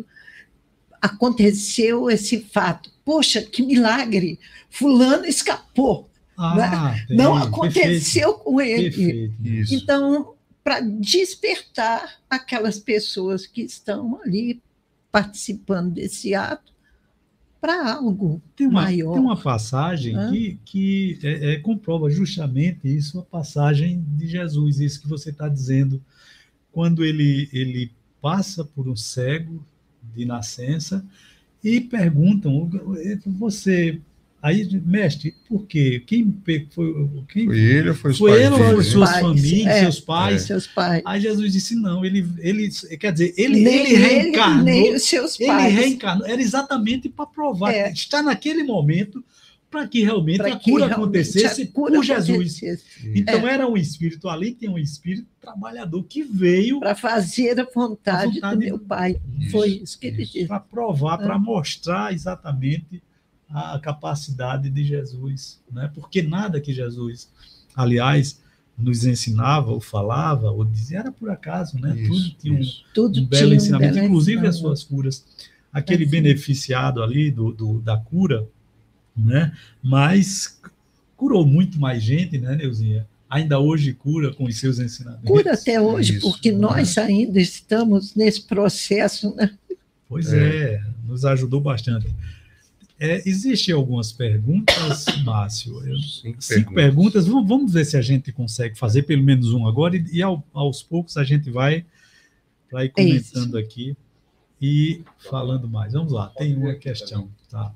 Aconteceu esse fato. Poxa, que milagre! Fulano escapou. Né? Não aconteceu com ele. Então, para despertar aquelas pessoas que estão ali participando desse ato para algo maior. Tem uma passagem que comprova justamente isso, a passagem de Jesus, isso que você está dizendo, quando ele passa por um cego de nascença e perguntam, você... Aí, mestre, por quê? Quem foi ele ou foi suas famílias, seus pais? Aí Jesus disse, não, ele quer dizer, ele reencarnou. Nem os seus pais. Ele reencarnou, era exatamente para provar, está naquele momento, para que realmente a cura acontecesse por Jesus. Então, era um espírito ali, tem um espírito trabalhador que veio... Para fazer a vontade do meu pai. Foi isso que ele disse. Para provar, para mostrar exatamente a capacidade de Jesus, né? Porque nada que Jesus, aliás, nos ensinava, ou falava, ou dizia, era por acaso, né? Tudo tinha um belo ensinamento, inclusive as suas curas. Aquele beneficiado ali da cura, né? Mas curou muito mais gente, né, Neuzinha? Ainda hoje cura com os seus ensinamentos. Cura até hoje, porque nós ainda estamos nesse processo, né? Pois nos ajudou bastante. Existem algumas perguntas, Márcio. 5 perguntas. Vamos ver se a gente consegue fazer pelo menos um agora e aos poucos a gente vai ir comentando aqui e falando mais. Vamos lá, tem uma questão. Tá.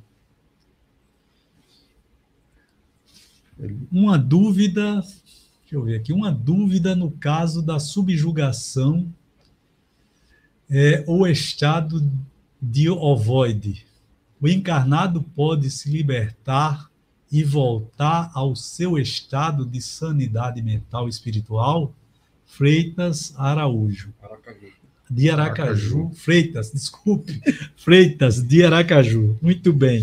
Uma dúvida, deixa eu ver aqui, uma dúvida no caso da subjugação ou estado de ovoide. O encarnado pode se libertar e voltar ao seu estado de sanidade mental e espiritual? Freitas Araújo. De Aracaju. Freitas, desculpe. Freitas, de Aracaju. Muito bem.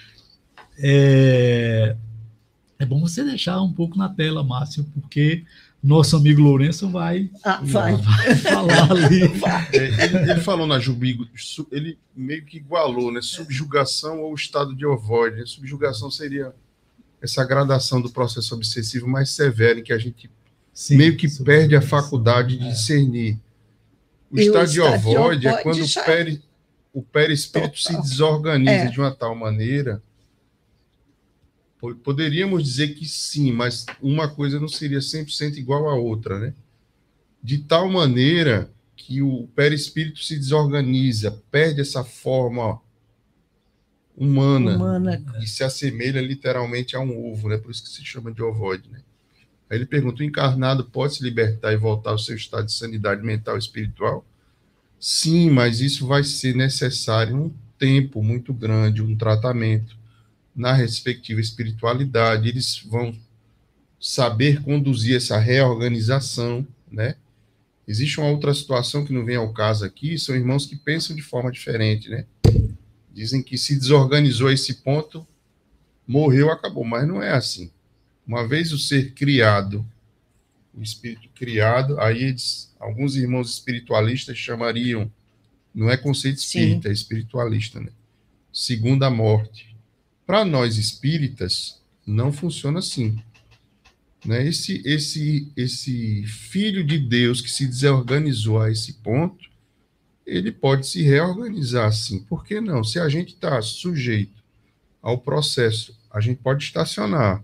É bom você deixar um pouco na tela, Márcio, porque nosso amigo Lourenço vai falar ali. Ele falou na Jubigo, ele meio que igualou, né? Subjugação ou estado de ovoide. Né? Subjugação seria essa gradação do processo obsessivo mais severo, em que a gente meio que perde a faculdade de discernir. O estado de ovoide é quando o perispírito se desorganiza de uma tal maneira. Poderíamos dizer que sim, mas uma coisa não seria 100% igual à outra, né? De tal maneira que o perispírito se desorganiza, perde essa forma humana. Que se assemelha literalmente a um ovo, né? Por isso que se chama de ovoide, né? Aí ele pergunta: o encarnado pode se libertar e voltar ao seu estado de sanidade mental e espiritual? Sim, mas isso vai ser necessário um tempo muito grande, um tratamento na respectiva espiritualidade. Eles vão saber conduzir essa reorganização, né? Existe uma outra situação que não vem ao caso aqui, são irmãos que pensam de forma diferente, né? Dizem que se desorganizou esse ponto, morreu, acabou, mas não é assim. Uma vez o ser criado, o espírito criado, aí alguns irmãos espiritualistas chamariam, não é conceito espírita, é espiritualista, né? Segunda morte. Para nós espíritas, não funciona assim. Né? Esse filho de Deus que se desorganizou a esse ponto, ele pode se reorganizar assim. Por que não? Se a gente está sujeito ao processo, a gente pode estacionar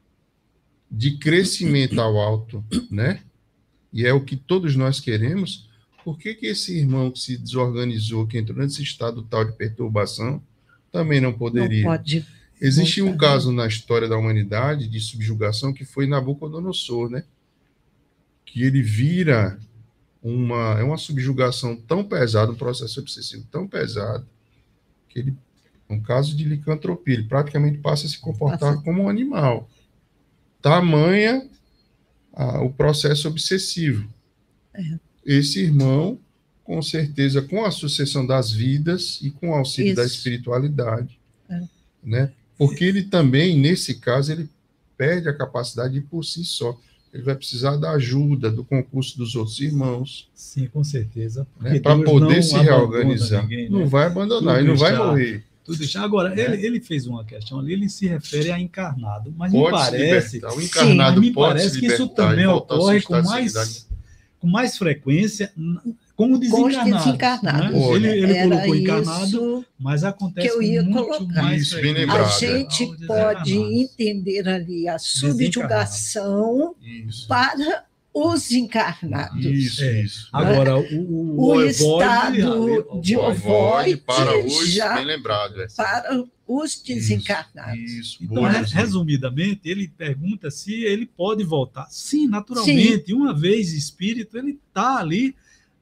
de crescimento ao alto, né? E é o que todos nós queremos. Por que esse irmão que se desorganizou, que entrou nesse estado tal de perturbação, também não poderia? Não pode. Existe um caso na história da humanidade de subjugação que foi Nabucodonosor, né? Que ele vira uma subjugação tão pesada, um processo obsessivo tão pesado, que ele, um caso de licantropia, ele praticamente passa a se comportar como um animal. Tamanha o processo obsessivo. Esse irmão, com certeza, com a sucessão das vidas e com o auxílio da espiritualidade, né? Porque ele também, nesse caso, ele perde a capacidade de por si só. Ele vai precisar da ajuda, do concurso dos outros irmãos. Sim, com certeza. Né? Para poder se reorganizar. Ninguém, né? Não vai abandonar, ele não vai morrer. Agora, ele fez uma questão ali, ele se refere a encarnado, mas me parece, o encarnado me parece que isso também ocorre com mais frequência com o desencarnado. Né? Ele colocou encarnado, mas acontece que eu ia muito colocar. mais frequente. A gente pode entender ali a subjugação para os encarnados. Isso. Agora, o estado de ovoide para os, já bem lembrado, para os desencarnados. Isso. Então, resumidamente, ele pergunta se ele pode voltar. Sim, naturalmente. Sim. Uma vez espírito, ele está ali,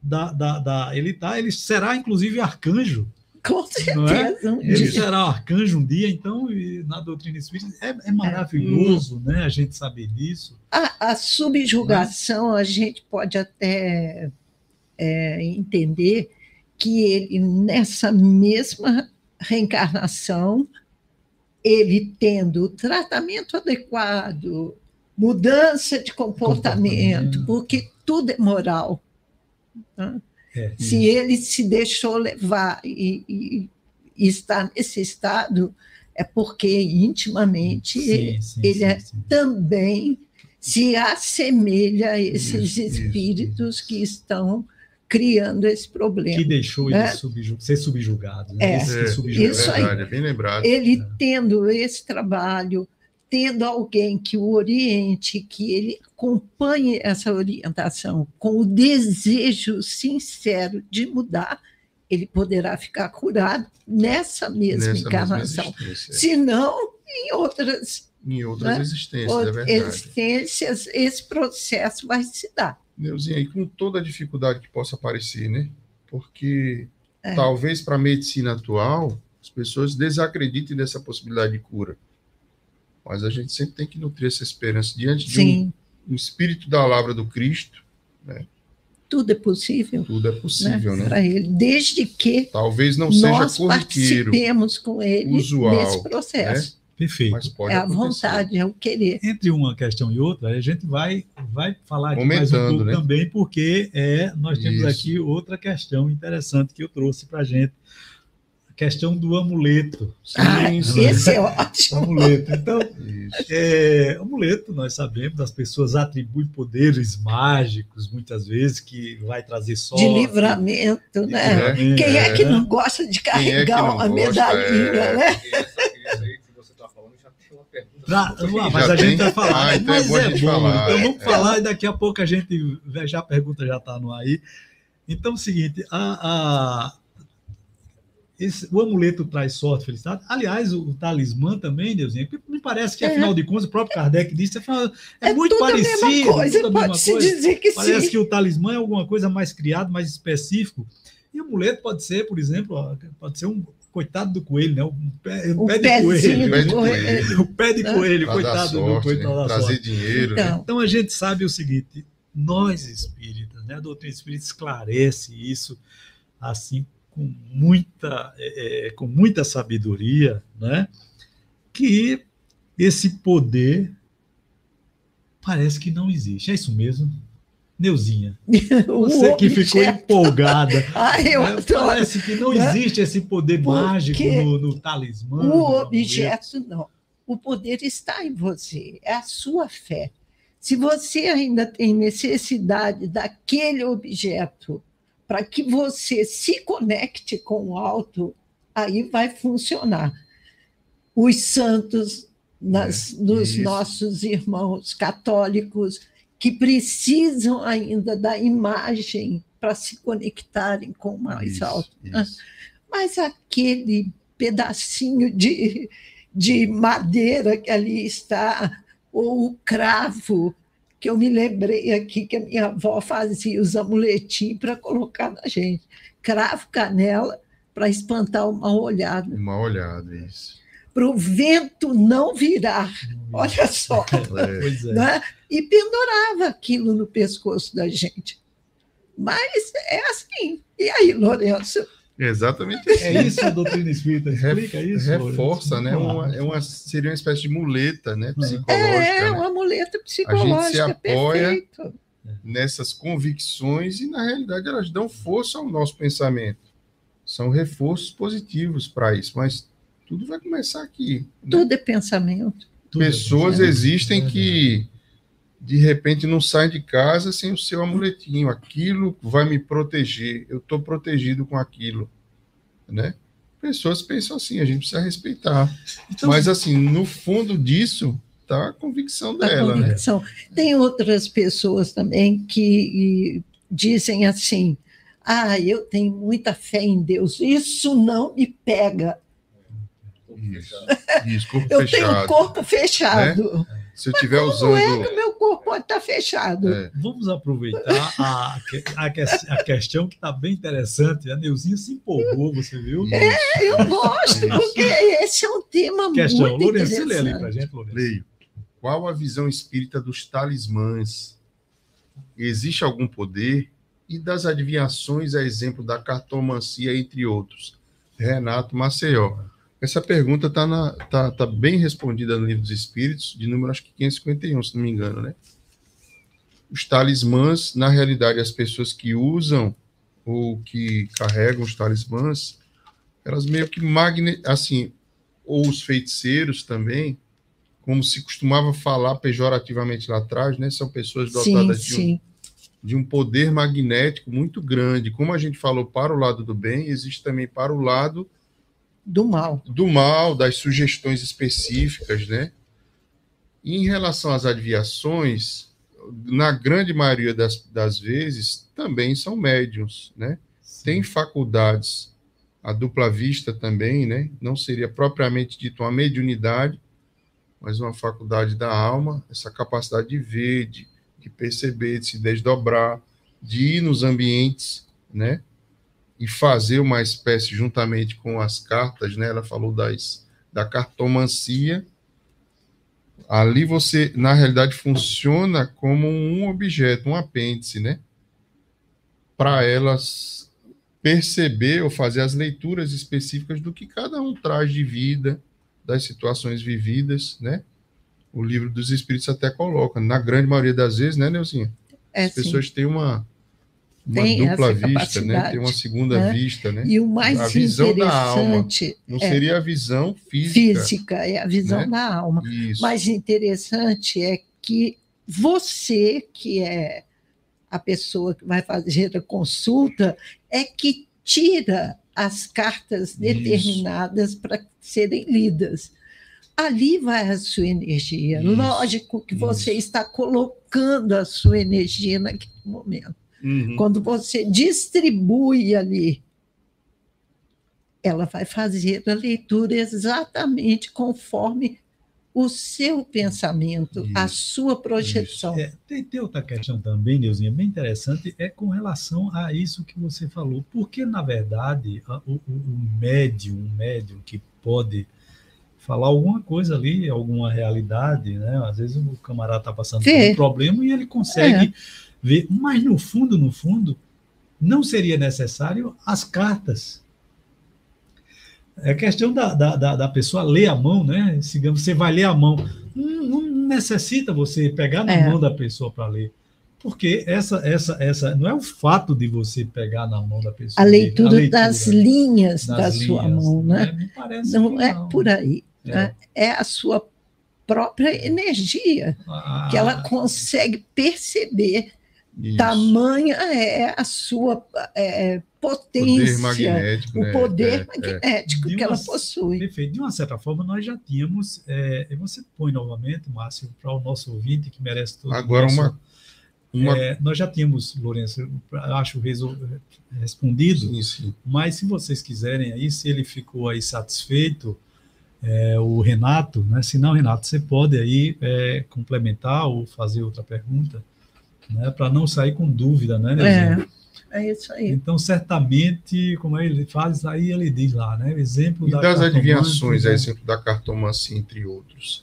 ele será, inclusive, arcanjo. Com certeza. Ele será arcanjo um dia, então, na doutrina espírita, é maravilhoso, né, a gente saber disso. A subjugação, a gente pode até entender que ele, nessa mesma reencarnação, ele tendo o tratamento adequado, mudança de comportamento, porque tudo é moral. Né? Se ele se deixou levar e está nesse estado, é porque intimamente ele também se assemelha a esses espíritos que estão criando esse problema. Que deixou ele ser subjugado. Né? Isso aí. É bem lembrado. Ele tendo esse trabalho, tendo alguém que o oriente, que ele acompanhe essa orientação com o desejo sincero de mudar, ele poderá ficar curado nessa mesma encarnação. Se não, em outras existências, é verdade. Existências, esse processo vai se dar. Neuzinha, e com toda a dificuldade que possa aparecer, né? Porque talvez para a medicina atual, as pessoas desacreditem dessa possibilidade de cura. Mas a gente sempre tem que nutrir essa esperança diante de um espírito da palavra do Cristo, né? Tudo é possível. Tudo é possível, né? Para ele, desde que talvez não seja nós corriqueiro, participemos com ele usual, nesse processo. Né? Perfeito. Mas pode a vontade, é o querer. Entre uma questão e outra, a gente vai falar aqui mais um pouco, né? Também, porque nós temos aqui outra questão interessante que eu trouxe para a gente. A questão do amuleto. Esse é ótimo. Amuleto. Então, amuleto, nós sabemos, as pessoas atribuem poderes mágicos, muitas vezes, que vai trazer sorte. De livramento, né? Quem é que não gosta de carregar uma medalhinha, né? Mas a gente vai falar. Então mas é bom. Falar, então vamos falar e daqui a pouco a gente já a pergunta já está no aí. Então é o seguinte, o amuleto traz sorte, felicidade. Aliás, o talismã também, Neuzinha, me parece que, afinal de contas, o próprio Kardec disse, é muito parecido. A mesma coisa, pode-se dizer que parece sim. que o talismã é alguma coisa mais criado, mais específico. E o amuleto pode ser, por exemplo, pode ser um coitado do coelho, né? O pé de coelho. O pé de coelho, coitado do coitado da sorte. Trazer dinheiro. Então, a gente sabe o seguinte, nós espíritas, né? A doutrina espírita esclarece isso, assim, com muita sabedoria, né? Que esse poder parece que não existe. É isso mesmo? Neuzinha, você que ficou empolgada. Parece que não existe esse poder mágico no talismã. O objeto não. O poder está em você, é a sua fé. Se você ainda tem necessidade daquele objeto para que você se conecte com o alto, aí vai funcionar. Os santos, dos nossos irmãos católicos, que precisam ainda da imagem para se conectarem com o mais alto. Mas aquele pedacinho de madeira que ali está, ou o cravo, que eu me lembrei aqui que a minha avó fazia os amuletinhos para colocar na gente. Cravo, canela, para espantar o mal-olhado. O mal-olhado, isso. Para o vento não virar. Olha só. Pois é. Né? E pendurava aquilo no pescoço da gente. Mas é assim. E aí, Lourenço? Exatamente assim. É isso a doutrina espírita, explica isso. Reforça, né? Seria uma espécie de muleta, né? Psicológica. Uma muleta psicológica. A gente se apoia perfeito. Nessas convicções e, na realidade, elas dão força ao nosso pensamento. São reforços positivos para isso, mas tudo vai começar aqui. Né? Tudo é pensamento. Pessoas existem que, de repente, não saem de casa sem o seu amuletinho. Aquilo vai me proteger. Eu estou protegido com aquilo. Né? Pessoas pensam assim, a gente precisa respeitar. Então, mas, assim, no fundo disso, está a convicção dela. Né? Tem outras pessoas também que dizem assim, eu tenho muita fé em Deus. Isso não me pega. Isso, corpo eu fechado. tenho corpo fechado. Né? Se eu estiver usando... Não é que o meu corpo pode estar fechado. Vamos aproveitar a questão que está bem interessante. A Neuzinha se empolgou, você viu? Eu gosto, porque esse é um tema muito Lourenço, interessante. lê ali para a gente, Lourenço. Leio. Qual a visão espírita dos talismãs? Existe algum poder? E das adivinhações, a exemplo da cartomancia, entre outros? Renato Maceió. Essa pergunta tá bem respondida no Livro dos Espíritos, de número, acho que 551, se não me engano, né? Os talismãs, na realidade, as pessoas que usam ou que carregam os talismãs, elas meio que assim, ou os feiticeiros também, como se costumava falar pejorativamente lá atrás, né? São pessoas dotadas de um poder magnético muito grande. Como a gente falou para o lado do bem, existe também para o lado do mal. Do mal, das sugestões específicas, né? E em relação às adivinhações, na grande maioria das vezes, também são médiuns, né? Tem faculdades, a dupla vista também, né? Não seria propriamente dito uma mediunidade, mas uma faculdade da alma, essa capacidade de ver, de perceber, de se desdobrar, de ir nos ambientes, né? E fazer uma espécie, juntamente com as cartas, né? Ela falou da cartomancia. Ali você, na realidade, funciona como um objeto, um apêndice, né? Para elas perceber ou fazer as leituras específicas do que cada um traz de vida, das situações vividas, né? O Livro dos Espíritos até coloca, na grande maioria das vezes, né, Neuzinha? As pessoas têm uma dupla vista, né? Tem uma segunda vista, né? E o mais a visão da alma. Não seria a visão física. Física, é a visão, né? Da alma. Isso. Mais interessante é que você, que é a pessoa que vai fazer a consulta, é que tira as cartas determinadas para serem lidas. Ali vai a sua energia. Isso. Lógico que você está colocando a sua energia naquele momento. Quando você distribui ali ela vai fazer a leitura exatamente conforme o seu pensamento, Isso, a sua projeção. Tem outra questão também, Neuzinha, bem interessante, é com relação a isso que você falou. Porque, na verdade, o médium que pode falar alguma coisa ali, alguma realidade, né? Às vezes o camarada está passando por um problema e ele consegue ver. Mas, no fundo, não seria necessário as cartas. É questão da pessoa ler a mão, né? Digamos, você vai ler a mão. Não necessita você pegar na mão da pessoa para ler. Porque essa não é o fato de você pegar na mão da pessoa. A leitura das linhas da sua mão, né? Me parece não é por aí. É a sua própria energia que ela consegue perceber. Isso. Tamanha é a sua potência, o poder magnético que ela possui. Perfeito. De uma certa forma, nós já tínhamos. Você põe novamente, Márcio, para o nosso ouvinte, que merece todo agora o nosso, nós já tínhamos, Lourenço, acho respondido, sim. Mas se vocês quiserem, aí, se ele ficou aí satisfeito, o Renato, né? Se não, Renato, você pode aí complementar ou fazer outra pergunta, né, para não sair com dúvida, né, Neuzinha? É isso aí. Então, certamente, como ele faz, aí ele diz lá, né, exemplo das adivinhações, exemplo da cartomancia, entre outros.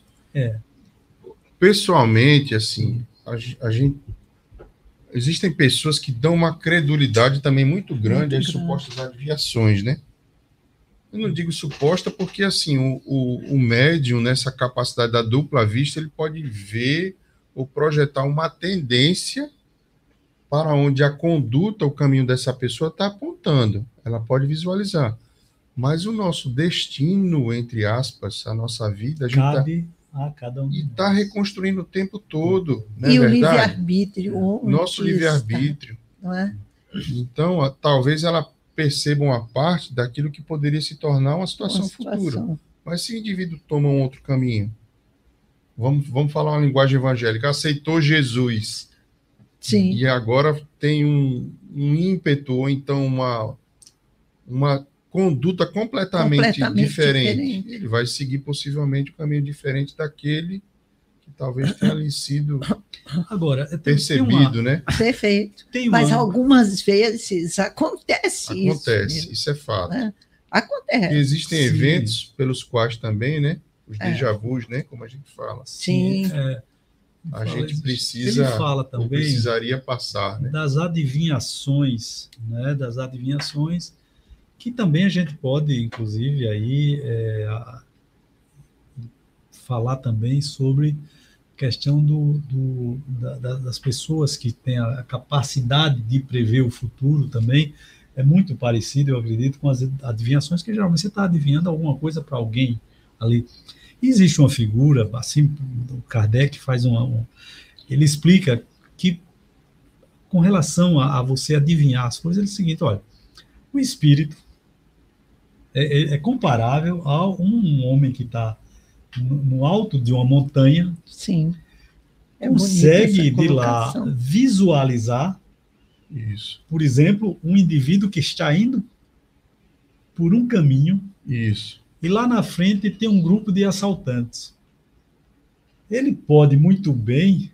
Pessoalmente, assim, a gente existem pessoas que dão uma credulidade também muito grande às supostas adivinhações, né? Eu não digo suposta porque, assim, o médium, nessa capacidade da dupla vista, ele pode ver ou projetar uma tendência para onde a conduta, o caminho dessa pessoa está apontando. Ela pode visualizar. Mas o nosso destino, entre aspas, a nossa vida, a gente cabe a cada um. E está reconstruindo o tempo todo. Não é e verdade? O livre-arbítrio. Nosso livre-arbítrio. Não é? Então, talvez ela perceba uma parte daquilo que poderia se tornar uma situação futura. Mas se o indivíduo toma um outro caminho, vamos falar uma linguagem evangélica, aceitou Jesus. Sim. E agora tem um ímpeto, ou então uma conduta completamente diferente. Ele vai seguir possivelmente um caminho diferente daquele que talvez tenha ali sido percebido, né? Perfeito. Mas algumas vezes acontece isso. Acontece, isso é fato. Né? Acontece. E existem eventos pelos quais também, né? Os déjà vus, né? Como a gente fala. Sim. A gente precisa, ele fala também, precisaria passar, né? Das adivinhações, né? Das adivinhações, que também a gente pode, inclusive, aí falar também sobre a questão das pessoas que têm a capacidade de prever o futuro também. É muito parecido, eu acredito, com as adivinhações, que geralmente você está adivinhando alguma coisa para alguém ali. E existe uma figura, assim, o Kardec faz ele explica que, com relação a você adivinhar as coisas, é o seguinte: olha, o espírito é comparável a um homem que está no alto de uma montanha. Sim. Consegue de lá visualizar, isso, por exemplo, um indivíduo que está indo por um caminho. Isso. E lá na frente tem um grupo de assaltantes. Ele pode muito bem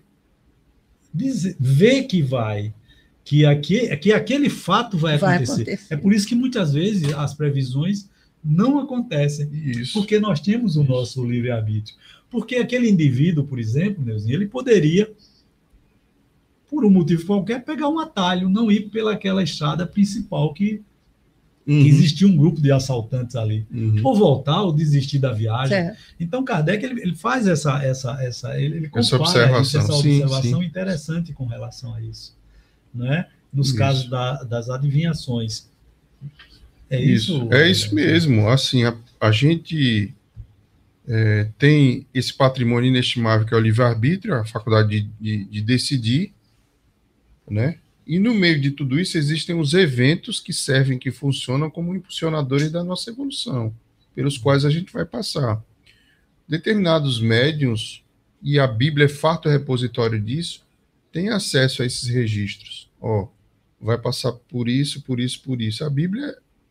ver que aquele fato vai acontecer. É por isso que muitas vezes as previsões não acontecem. Isso. Porque nós temos o nosso livre-arbítrio. Porque aquele indivíduo, por exemplo, Neuzinho, ele poderia, por um motivo qualquer, pegar um atalho, não ir pelaquela estrada principal que existia um grupo de assaltantes ali. Ou voltar, ou desistir da viagem. Então, Kardec, ele faz essa observação interessante com relação a isso. Não é? Nos casos das adivinhações. É isso? É isso mesmo. Assim, a gente tem esse patrimônio inestimável que é o livre-arbítrio, a faculdade de decidir, né? E no meio de tudo isso existem os eventos que servem, que funcionam como impulsionadores da nossa evolução, pelos quais a gente vai passar. Determinados médiuns, e a Bíblia é farto repositório disso, têm acesso a esses registros. Vai passar por isso, por isso, por isso. A Bíblia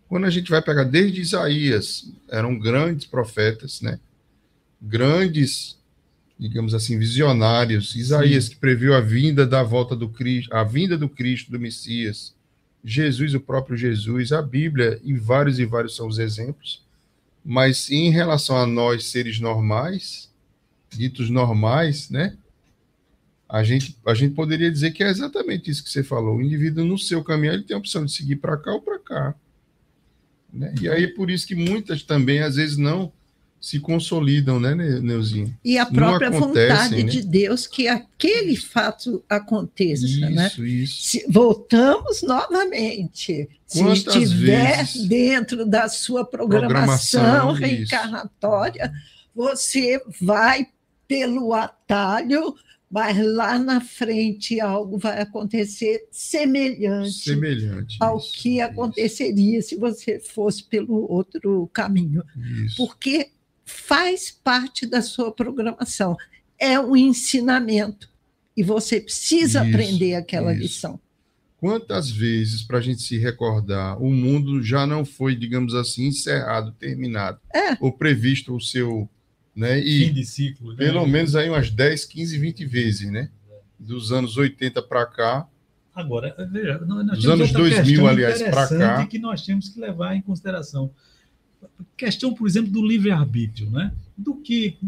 Quando a gente vai pegar desde Isaías, eram grandes profetas, né? Grandes, digamos assim, visionários. Isaías, que previu a vinda da volta do Cristo, a vinda do Cristo, do Messias. Jesus, o próprio Jesus, a Bíblia, e vários são os exemplos. Mas em relação a nós, seres normais, ditos normais, né? A gente poderia dizer que é exatamente isso que você falou. O indivíduo, no seu caminho, ele tem a opção de seguir para cá ou para cá. Né? E aí, por isso que muitas também, às vezes, não se consolidam, né, Neuzinho? E a própria vontade de Deus que aquele fato aconteça, né? Isso. Voltamos novamente. Quantas se estiver vezes dentro da sua programação reencarnatória, você vai pelo atalho, mas lá na frente algo vai acontecer semelhante ao que aconteceria se você fosse pelo outro caminho. Porque faz parte da sua programação. É um ensinamento. E você precisa aprender aquela lição. Quantas vezes, para a gente se recordar, o mundo já não foi, digamos assim, encerrado, terminado, ou previsto o seu... Né? E fim de ciclo. Né? Pelo menos aí umas 10, 15, 20 vezes, né? Dos anos 80 para cá. Agora, veja, nós dos anos 2000, aliás, para cá. Que nós temos que levar em consideração. Questão, por exemplo, do livre-arbítrio, né? Do que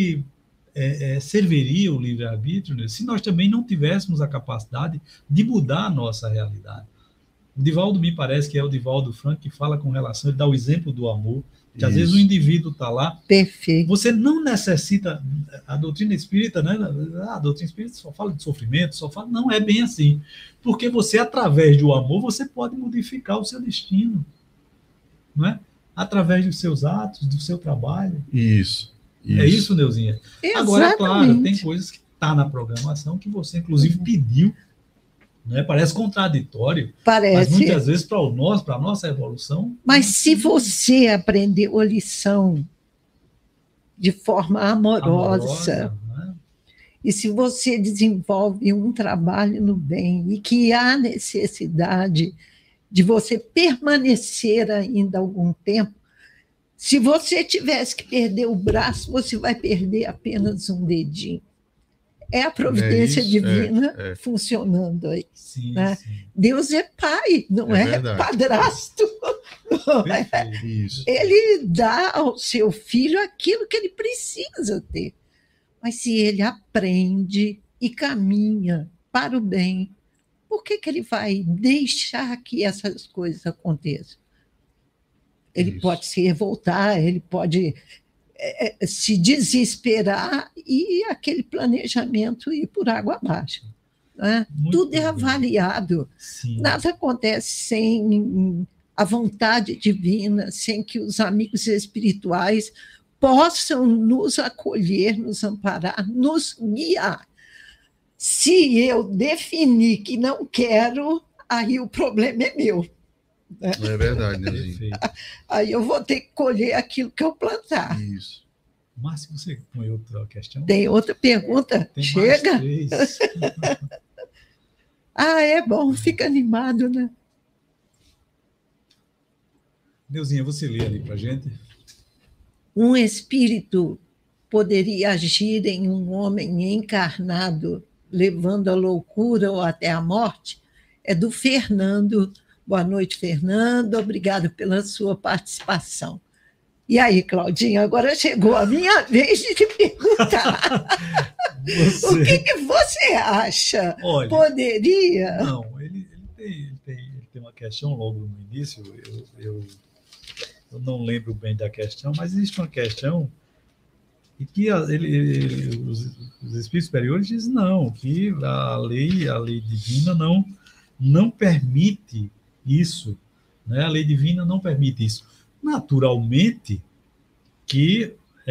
serviria o livre-arbítrio, né? Se nós também não tivéssemos a capacidade de mudar a nossa realidade. O Divaldo me parece que é o Divaldo Franco que fala com relação, ele dá o exemplo do amor, que às vezes o indivíduo está lá. Perfeito. Você não necessita, a doutrina espírita, né? A doutrina espírita só fala de sofrimento, não é bem assim. Porque você, através do amor, você pode modificar o seu destino. Não é? Através dos seus atos, do seu trabalho. Isso. É isso, Neuzinha? Exatamente. Agora, é claro, tem coisas que estão na programação que você, inclusive, pediu. Né? Parece contraditório, mas muitas vezes para a nossa evolução... Mas se você aprendeu a lição de forma amorosa né? E se você desenvolve um trabalho no bem e que há necessidade de você permanecer ainda algum tempo, se você tivesse que perder o braço, você vai perder apenas um dedinho. É a providência divina funcionando aí. Sim, né? sim. Deus é pai, não é padrasto. Não é? Ele dá ao seu filho aquilo que ele precisa ter. Mas se ele aprende e caminha para o bem, por que ele vai deixar que essas coisas aconteçam? Ele pode se revoltar, ele pode... se desesperar e aquele planejamento ir por água abaixo. Né? Tudo é avaliado. Sim. Nada acontece sem a vontade divina, sem que os amigos espirituais possam nos acolher, nos amparar, nos guiar. Se eu definir que não quero, aí o problema é meu. É verdade, Neuzinho. Aí eu vou ter que colher aquilo que eu plantar. Isso. Márcio, você tem outra questão? Tem outra pergunta? Tem Chega. Mais 3. É bom, fica animado, né? Neuzinha, você lê ali para a gente. Um espírito poderia agir em um homem encarnado, levando à loucura ou até à morte? É do Fernando. Boa noite, Fernando. Obrigado pela sua participação. E aí, Claudinha, agora chegou a minha vez de te perguntar. O que você acha? Olha, poderia? Não, ele tem uma questão logo no início, eu não lembro bem da questão, mas existe uma questão e que os espíritos superiores dizem não, que a lei divina não permite isso, né? A lei divina não permite isso. Naturalmente que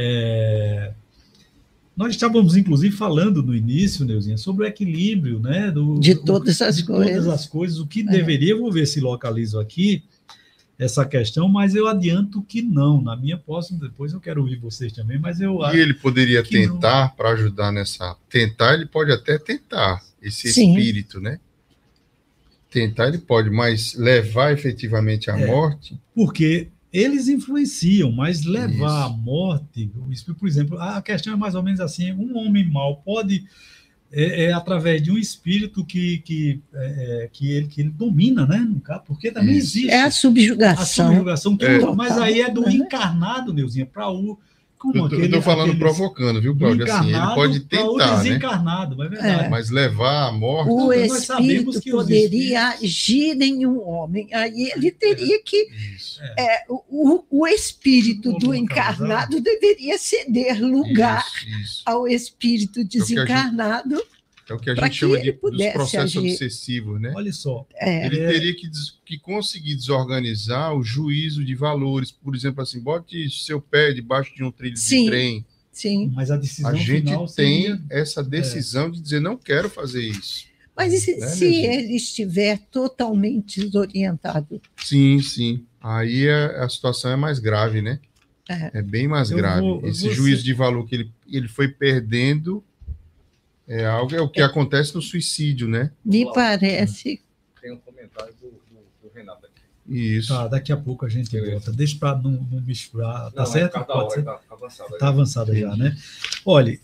nós estávamos, inclusive, falando no início, Neuzinha, sobre o equilíbrio, né? De todas as coisas, o que deveria, vou ver se localizo aqui essa questão, mas eu adianto que não. Na minha posse, depois eu quero ouvir vocês também, mas eu acho. E ele poderia tentar para ajudar nessa. Tentar, ele pode até tentar, esse espírito, né? Tentar ele pode, mas levar efetivamente à morte... Porque eles influenciam, mas levar à morte... Por exemplo, a questão é mais ou menos assim, um homem mau pode... através de um espírito que ele domina, né? Porque também existe. É a subjugação. A subjugação, mas aí é do encarnado, Neuzinha, para o... Eu estou falando provocando, viu, Cláudio? Assim, ele pode tentar, o desencarnado, né? É verdade. Mas levar à morte... O espírito poderia agir em um homem. Aí ele teria que... O espírito do encarnado deveria ceder lugar ao espírito desencarnado. É o que a gente chama dos processos obsessivos, né? Olha só. Ele teria que conseguir desorganizar o juízo de valores. Por exemplo, assim, bote seu pé debaixo de um trilho de trem. Sim. Mas a decisão a gente final tem essa decisão de dizer, não quero fazer isso. Mas se ele estiver totalmente desorientado? Sim, sim. Aí a situação é mais grave, né? É bem mais grave. Esse juízo de valor que ele foi perdendo... É o que acontece no suicídio, né? Me parece. Tem um comentário do Renato aqui. Isso. Daqui a pouco a gente volta. Deixa para não misturar. Tá certo? Pode ser? Avançado. Está avançada já, né? Olha,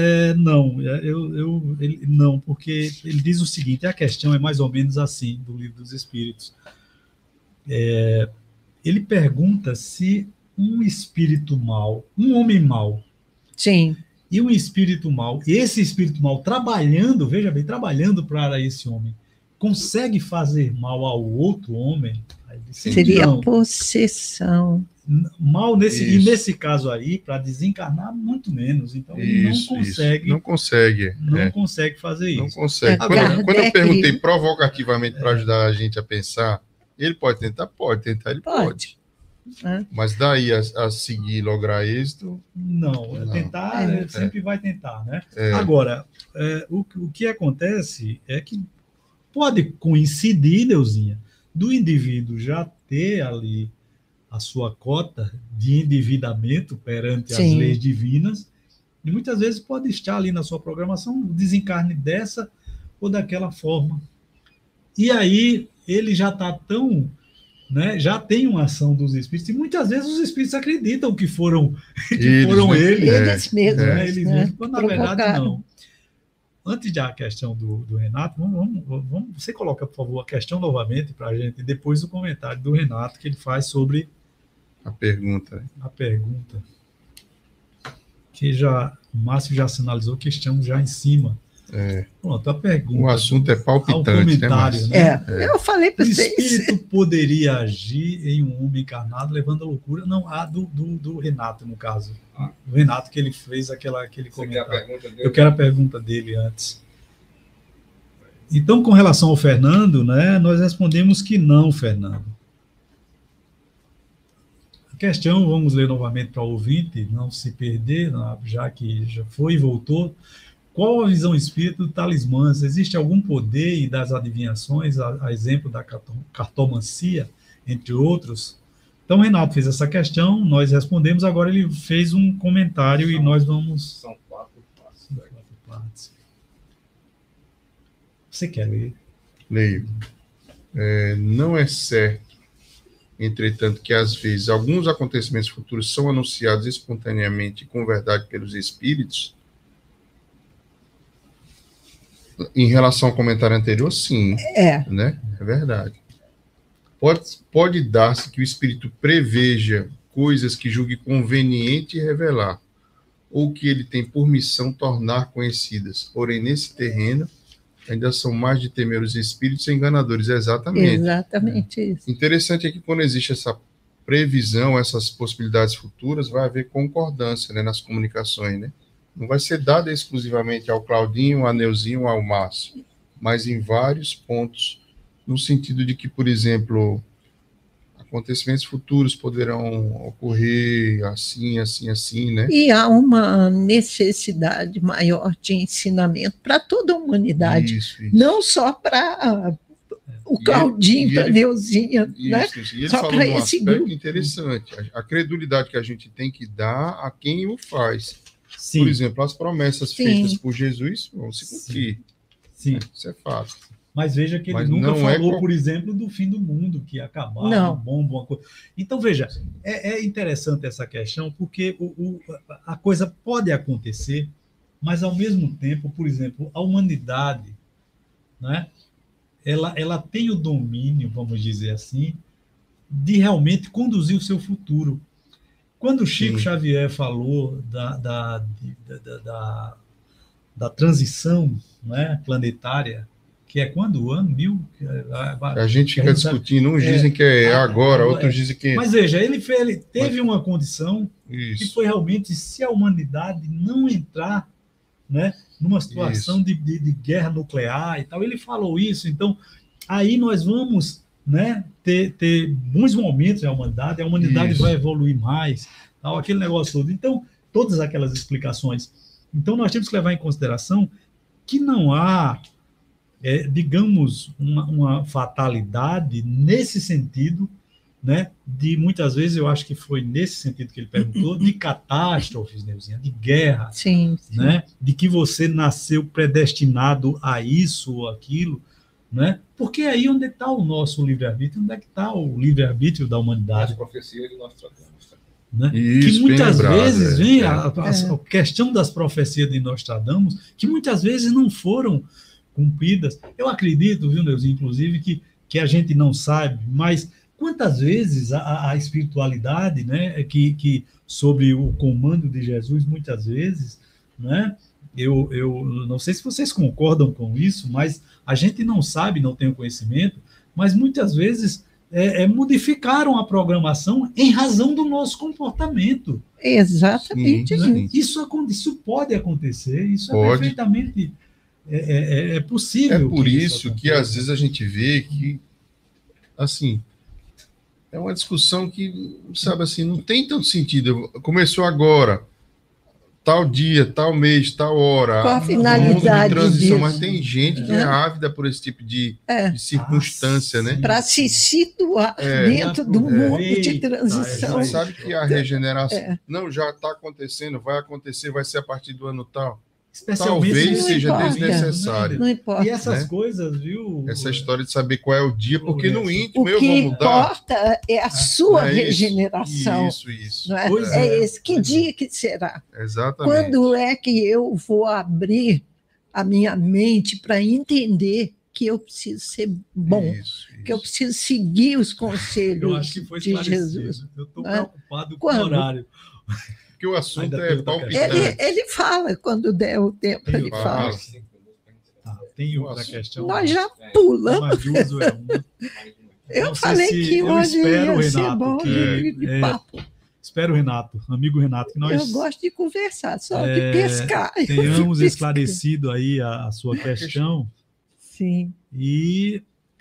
não, porque ele diz o seguinte: a questão é mais ou menos assim, do Livro dos Espíritos. Ele pergunta se um espírito mau, um homem mau, sim, e um espírito mau, esse espírito mau trabalhando, veja bem, trabalhando para esse homem, consegue fazer mal ao outro homem? Seria a possessão. Mal nesse caso aí, para desencarnar, muito menos. Então, ele não consegue fazer isso. Não consegue. Quando eu perguntei provocativamente para ajudar a gente a pensar, ele pode tentar? Pode tentar, ele pode. Mas daí a seguir lograr êxito... Não. Tentar, sempre vai tentar, né? Agora, o que acontece é que pode coincidir, Neuzinha, do indivíduo já ter ali a sua cota de endividamento perante as leis divinas, e muitas vezes pode estar ali na sua programação um desencarne dessa ou daquela forma. E aí ele já está tão... Né, já tem uma ação dos espíritos, e muitas vezes os espíritos acreditam que foram eles mesmos, quando na verdade não. Antes da questão do Renato, vamos, você coloca, por favor, a questão novamente para a gente, e depois o comentário do Renato que ele faz sobre a pergunta. Que o Márcio já sinalizou que estamos já em cima. Pronto, a pergunta. O assunto é palpitante, né? Eu falei para vocês. O espírito poderia agir em um homem encarnado levando a loucura? Não, do Renato, no caso. O Renato que ele fez aquele comentário. Eu quero a pergunta dele antes. Então, com relação ao Fernando, né, nós respondemos que não, Fernando. A questão, vamos ler novamente para o ouvinte, não se perder, já que já foi e voltou. Qual a visão espírita do talismãs? Existe algum poder e das adivinhações, a exemplo da cartomancia, entre outros? Então, o Renato fez essa questão, nós respondemos, agora ele fez um comentário e nós vamos... São 4 partes. Você quer ler? Leio. Não é certo, entretanto, que às vezes alguns acontecimentos futuros são anunciados espontaneamente com verdade pelos espíritos. Em relação ao comentário anterior, sim. Né? É verdade. Pode dar-se que o espírito preveja coisas que julgue conveniente revelar, ou que ele tem por missão tornar conhecidas. Porém, nesse terreno, ainda são mais de temer os espíritos enganadores. Exatamente isso. Interessante é que quando existe essa previsão, essas possibilidades futuras, vai haver concordância, né, nas comunicações, né? Não vai ser dada exclusivamente ao Claudinho, ao Neuzinho, ao Márcio, mas em vários pontos, no sentido de que, por exemplo, acontecimentos futuros poderão ocorrer assim, né? E há uma necessidade maior de ensinamento para toda a humanidade, isso. Não só para o Claudinho, para a Neuzinha, né? E ele só falou um aspecto interessante, a credulidade que a gente tem que dar a quem o faz. Sim. Por exemplo, as promessas feitas por Jesus vão se cumprir. Sim. Isso é fato. Mas veja que ele Mas nunca não falou, é por exemplo, do fim do mundo, que ia acabar, Não. uma bomba, uma coisa. Então, veja, é interessante essa questão, porque a coisa pode acontecer, mas, ao mesmo tempo, por exemplo, a humanidade, né, ela tem o domínio, vamos dizer assim, de realmente conduzir o seu futuro. Quando o Chico Sim. Xavier falou da transição, né, planetária, que é quando? O ano 1000? A gente fica discutindo, uns dizem que é agora, outros dizem que... Mas veja, ele teve uma condição que Isso. foi realmente, se a humanidade não entrar, né, numa situação de guerra nuclear e tal, ele falou isso. Então, aí nós vamos, né, ter bons momentos na humanidade, a humanidade Isso. vai evoluir mais, tal, aquele negócio todo. Então, todas aquelas explicações. Então, nós temos que levar em consideração que não há, digamos, uma fatalidade nesse sentido, né, de muitas vezes, eu acho que foi nesse sentido que ele perguntou, de catástrofes, Neuzinha, de guerra, Sim, sim. né, de que você nasceu predestinado a isso ou aquilo, né, porque aí onde está o nosso livre-arbítrio, onde é que está o livre-arbítrio da As humanidade, profecias de Nostradamus. né? Isso, Que muitas bem lembrado, vezes vem é. a questão das profecias de Nostradamus, que muitas vezes não foram cumpridas. Eu acredito, viu, Neuzinho, inclusive, que a gente não sabe, mas quantas vezes a espiritualidade, né, que sobre o comando de Jesus, muitas vezes, né, eu não sei se vocês concordam com isso, mas a gente não sabe, não tem o conhecimento, mas muitas vezes modificaram a programação em razão do nosso comportamento. Exatamente Sim, isso. Isso pode acontecer, isso Pode. é perfeitamente possível. É por que isso que aconteça. às vezes a gente vê que, assim, é uma discussão que, sabe assim, não tem tanto sentido. Começou agora, tal dia, tal mês, tal hora. Qual a mundo finalidade de transição, disso? mas tem gente que é ávida por esse tipo de circunstância, né? Para se situar dentro do mundo de Eita, A transição. gente sabe que a regeneração não já está acontecendo, vai acontecer, vai ser a partir do ano tal. Especialmente Talvez não seja importa, desnecessário. Não importa. E essas né? coisas, viu? Essa história de saber qual é o dia, porque no íntimo O eu que vou mudar. importa é a sua É isso, regeneração. Isso. Não é? Pois É é. esse. Que dia que será? Exatamente. Quando é que eu vou abrir a minha mente para entender que eu preciso ser bom, Isso. que eu preciso seguir os Eu conselhos acho que foi de Jesus? esclarecido. Eu estou Não é? preocupado com Quando? o horário. Porque o assunto Ainda é tem outra palpitante. Ele fala, quando der o tempo, Tem ele outra fala. questão. Tem outra questão. Nós já O pulamos. Madioso é uma. Eu Não sei falei se- que eu hoje espero, ia ser Renato, bom de papo. Espero, Renato, amigo Renato, que nós Eu gosto de conversar, só de pescar. Eu fico tenhamos pescando. esclarecido aí a sua questão. Sim. E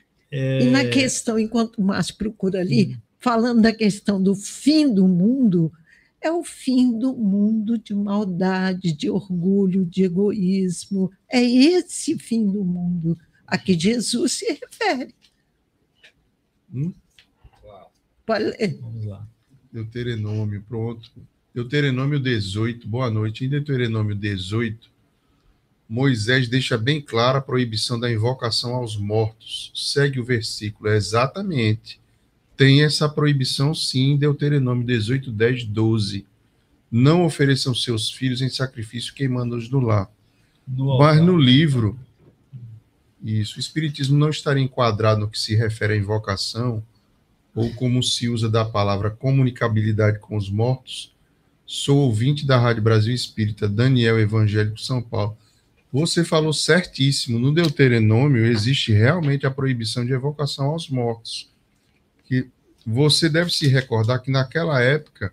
E na questão, enquanto o Márcio procura ali, falando da questão do fim do mundo, é o fim do mundo de maldade, de orgulho, de egoísmo. É esse fim do mundo a que Jesus se refere. Pode ler. vamos lá. Deuteronômio, pronto. Deuteronômio 18, boa noite. Em Deuteronômio 18, Moisés deixa bem clara a proibição da invocação aos mortos. Segue o versículo, exatamente. Tem essa proibição, sim, em Deuteronômio 18, 10, 12. Não ofereçam seus filhos em sacrifício queimando-os no lar. Mas no livro, isso, o Espiritismo não estaria enquadrado no que se refere à invocação, ou como se usa da palavra comunicabilidade com os mortos. Sou ouvinte da Rádio Brasil Espírita, Daniel Evangélico, São Paulo. Você falou certíssimo, no Deuteronômio existe realmente a proibição de evocação aos mortos. Que você deve se recordar que naquela época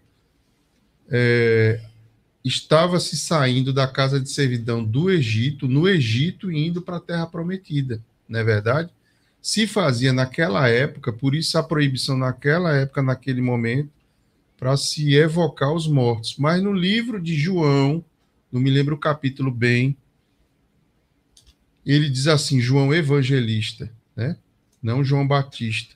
estava se saindo da casa de servidão do Egito, no Egito, e indo para a Terra Prometida, não é verdade? Se fazia naquela época, por isso a proibição naquela época, naquele momento, para se evocar os mortos. Mas no livro de João, não me lembro o capítulo bem, ele diz assim, João Evangelista, né? Não João Batista,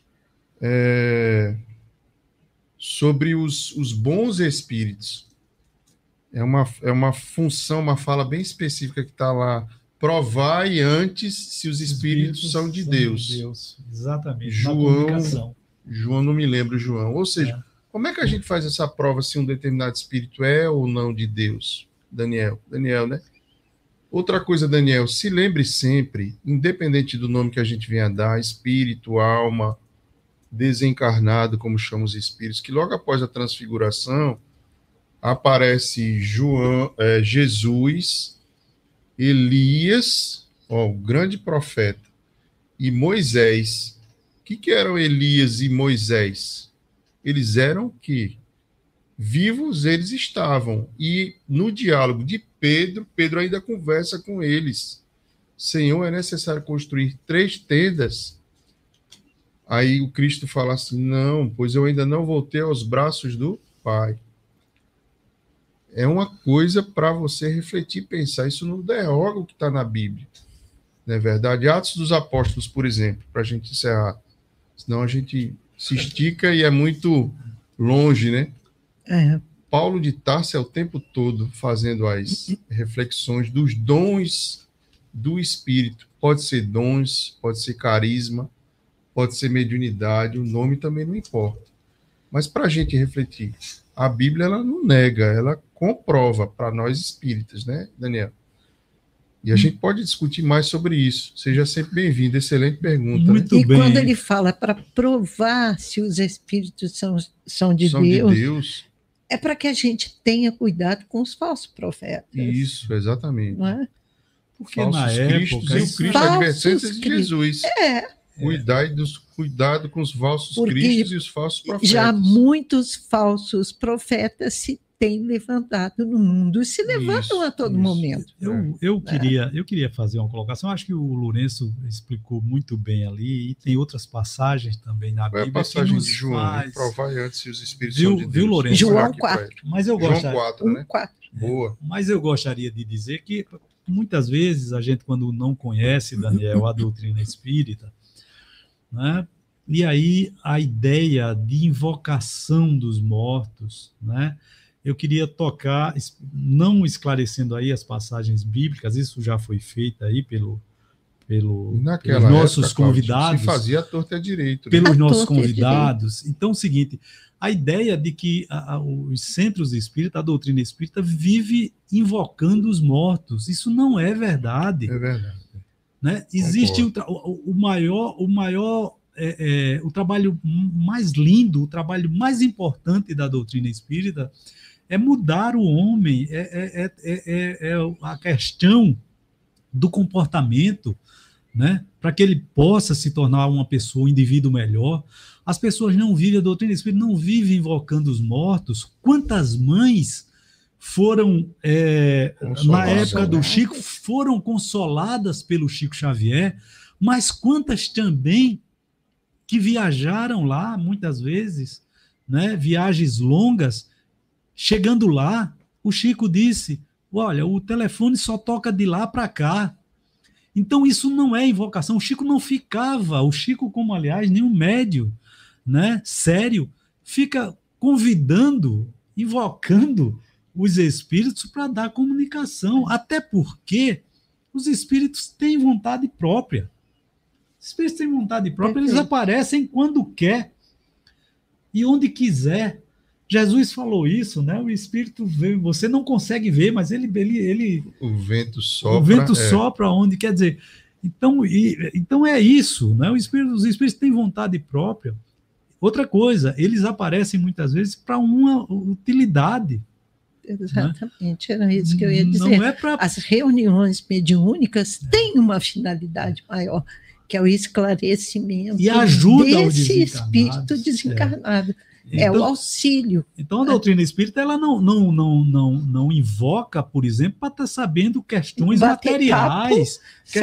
sobre os bons espíritos. É uma função, uma fala bem específica que está lá provai antes se os espíritos são de Deus. Exatamente. João, não me lembro, João. Ou seja, como é que a gente faz essa prova se um determinado espírito é ou não de Deus? Daniel, né? Outra coisa, Daniel, se lembre sempre, independente do nome que a gente venha dar, espírito, alma, desencarnado, como chamam os espíritos, que logo após a transfiguração aparece Jesus, Elias, o grande profeta, e Moisés. O que eram Elias e Moisés? Eles eram que vivos eles estavam. E no diálogo de Pedro ainda conversa com eles. Senhor, é necessário construir 3 tendas. Aí o Cristo fala assim, não, pois eu ainda não voltei aos braços do Pai. É uma coisa para você refletir e pensar. Isso não derroga o que está na Bíblia. Não é verdade? Atos dos Apóstolos, por exemplo, para a gente encerrar. Senão a gente se estica e é muito longe, né? Paulo de Tarso é o tempo todo fazendo as reflexões dos dons do Espírito. Pode ser dons, pode ser carisma, pode ser mediunidade, o nome também não importa. Mas para a gente refletir, a Bíblia ela não nega, ela comprova para nós espíritas, né, Daniel? E a gente pode discutir mais sobre isso. Seja sempre bem-vindo. Excelente pergunta. Muito bem. E quando ele fala para provar se os espíritos são de Deus, é para que a gente tenha cuidado com os falsos profetas. Isso, exatamente. Não é? Porque na época... o Cristo advertência de Jesus. Cuidado com os falsos cristos e os falsos profetas. Já muitos falsos profetas se têm levantado no mundo e se levantam a todo momento. Eu queria fazer uma colocação. Acho que o Lourenço explicou muito bem ali, e tem outras passagens também na Bíblia. É a passagem de João, provai antes se os espíritos são de Deus. Viu, Lourenço? João 4. Mas eu gostaria, João 4, né? 4. Boa. Mas eu gostaria de dizer que muitas vezes a gente, quando não conhece, Daniel, a doutrina espírita, né? E aí a ideia de invocação dos mortos, né? Eu queria tocar, não esclarecendo aí as passagens bíblicas, isso já foi feito aí pelos nossos convidados. Se fazia a torta à direito. Pelos nossos convidados. Então, é o seguinte, a ideia de que os centros espíritas, a doutrina espírita, vive invocando os mortos. Isso não é verdade. É verdade. Né? Existe o trabalho mais lindo, o trabalho mais importante da doutrina espírita é mudar o homem, a questão do comportamento, né? Para que ele possa se tornar uma pessoa, um indivíduo melhor. As pessoas não vivem, a doutrina espírita não vive invocando os mortos. Quantas mães foram, na época do Chico, foram consoladas pelo Chico Xavier, mas quantas também que viajaram lá, muitas vezes, né, viagens longas, chegando lá, o Chico disse, olha, o telefone só toca de lá para cá. Então isso não é invocação. O Chico não ficava, o Chico, como aliás, nenhum médium, né, sério, fica convidando, invocando os espíritos para dar comunicação, até porque os espíritos têm vontade própria. Os espíritos têm vontade própria, eles aparecem quando quer e onde quiser. Jesus falou isso, né? O espírito vê, você não consegue ver, mas ele o vento sopra. O vento sopra onde quer dizer. Então é isso, né? Os espíritos têm vontade própria. Outra coisa, eles aparecem muitas vezes para uma utilidade. Exatamente, era isso que eu ia dizer. Não é pra... As reuniões mediúnicas têm uma finalidade maior, que é o esclarecimento e ajuda desse espírito desencarnado. É o auxílio. Então a doutrina espírita ela não invoca, por exemplo, para estar sabendo questões materiais,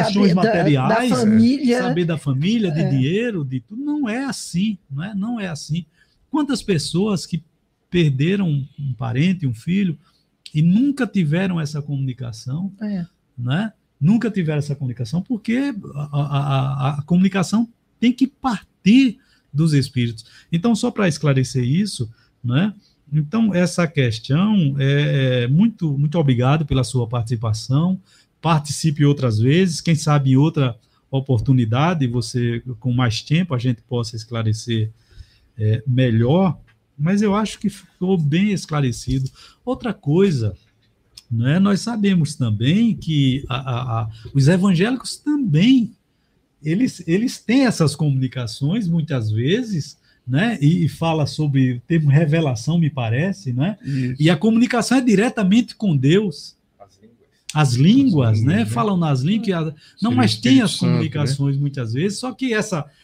da família, saber da família, de dinheiro, de tudo. Não é assim, não é assim. Quantas pessoas que perderam um parente, um filho, e nunca tiveram essa comunicação, né? Nunca tiveram essa comunicação, porque a comunicação tem que partir dos espíritos. Então, só para esclarecer isso, né? Então, essa questão, muito, muito obrigado pela sua participação. participe outras vezes, quem sabe em outra oportunidade, você com mais tempo, a gente possa esclarecer melhor, mas eu acho que ficou bem esclarecido. Outra coisa, né, nós sabemos também que os evangélicos também, eles têm essas comunicações, muitas vezes, né, e fala sobre o termo revelação, me parece, né? E a comunicação é diretamente com Deus. As línguas, né? Falam nas línguas, não, mas tem as comunicações, né? Muitas vezes, só que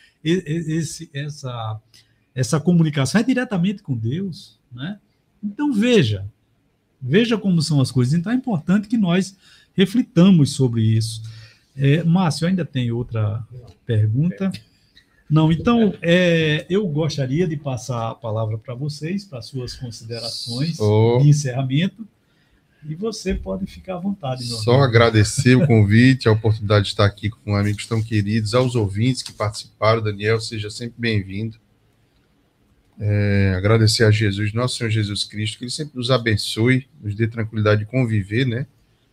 essa comunicação é diretamente com Deus, né? Então, veja como são as coisas. Então, é importante que nós reflitamos sobre isso. Márcio, ainda tem outra pergunta? Não, então, eu gostaria de passar a palavra para vocês, para suas considerações de encerramento, e você pode ficar à vontade. Só agradecer o convite, a oportunidade de estar aqui com amigos tão queridos, aos ouvintes que participaram. Daniel, seja sempre bem-vindo. Agradecer a Jesus, nosso Senhor Jesus Cristo, que Ele sempre nos abençoe, nos dê tranquilidade de conviver, né?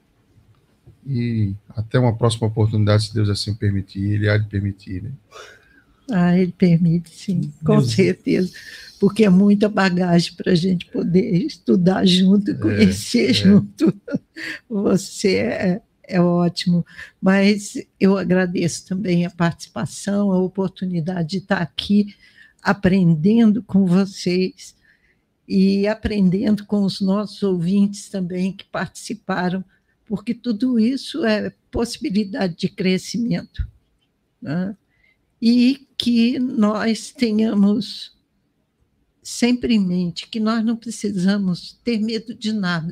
E até uma próxima oportunidade, se Deus assim permitir, Ele há de permitir, né? Ele permite, sim, com certeza, porque é muita bagagem para a gente poder estudar junto e conhecer junto. Você é ótimo, mas eu agradeço também a participação, a oportunidade de estar aqui aprendendo com vocês e aprendendo com os nossos ouvintes também que participaram, porque tudo isso é possibilidade de crescimento, né? E que nós tenhamos sempre em mente que nós não precisamos ter medo de nada,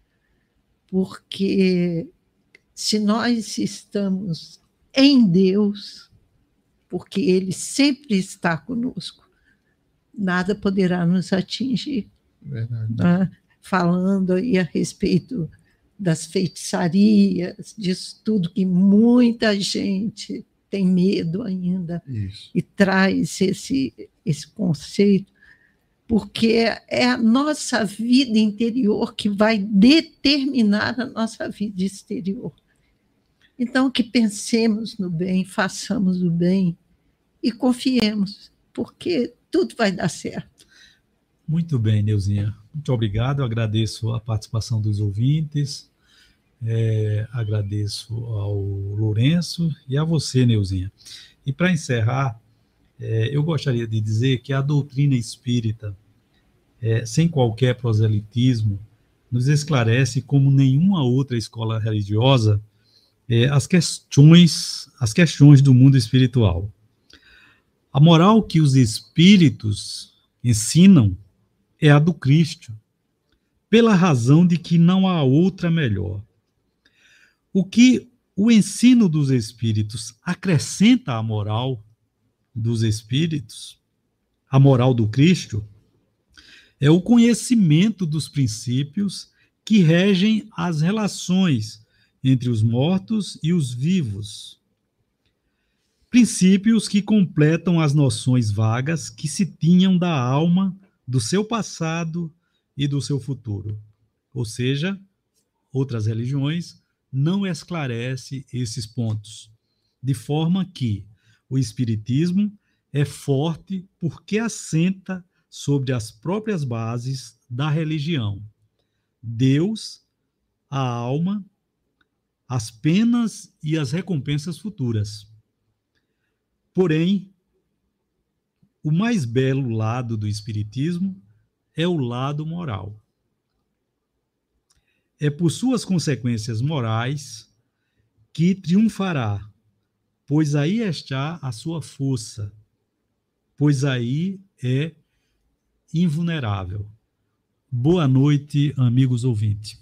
porque se nós estamos em Deus, porque Ele sempre está conosco, nada poderá nos atingir. Verdade. Né? Falando aí a respeito das feitiçarias, disso tudo que muita gente tem medo ainda. Isso. E traz esse conceito, porque é a nossa vida interior que vai determinar a nossa vida exterior. Então, que pensemos no bem, façamos o bem e confiemos, porque tudo vai dar certo. Muito bem, Neuzinha. Muito obrigado. Eu agradeço a participação dos ouvintes, agradeço ao Lourenço e a você, Neuzinha. E para encerrar, eu gostaria de dizer que a doutrina espírita, sem qualquer proselitismo, nos esclarece como nenhuma outra escola religiosa as questões do mundo espiritual. A moral que os espíritos ensinam é a do Cristo, pela razão de que não há outra melhor. O que o ensino dos espíritos acrescenta à moral dos espíritos, a moral do Cristo, é o conhecimento dos princípios que regem as relações entre os mortos e os vivos. Princípios que completam as noções vagas que se tinham da alma, do seu passado e do seu futuro. Ou seja, outras religiões não esclarecem esses pontos, de forma que o Espiritismo é forte porque assenta sobre as próprias bases da religião. Deus, a alma, as penas e as recompensas futuras. Porém, o mais belo lado do Espiritismo é o lado moral. É por suas consequências morais que triunfará, pois aí está a sua força, pois aí é invulnerável. Boa noite, amigos ouvintes.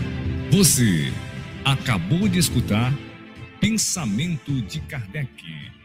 Você acabou de escutar Pensamento de Kardec,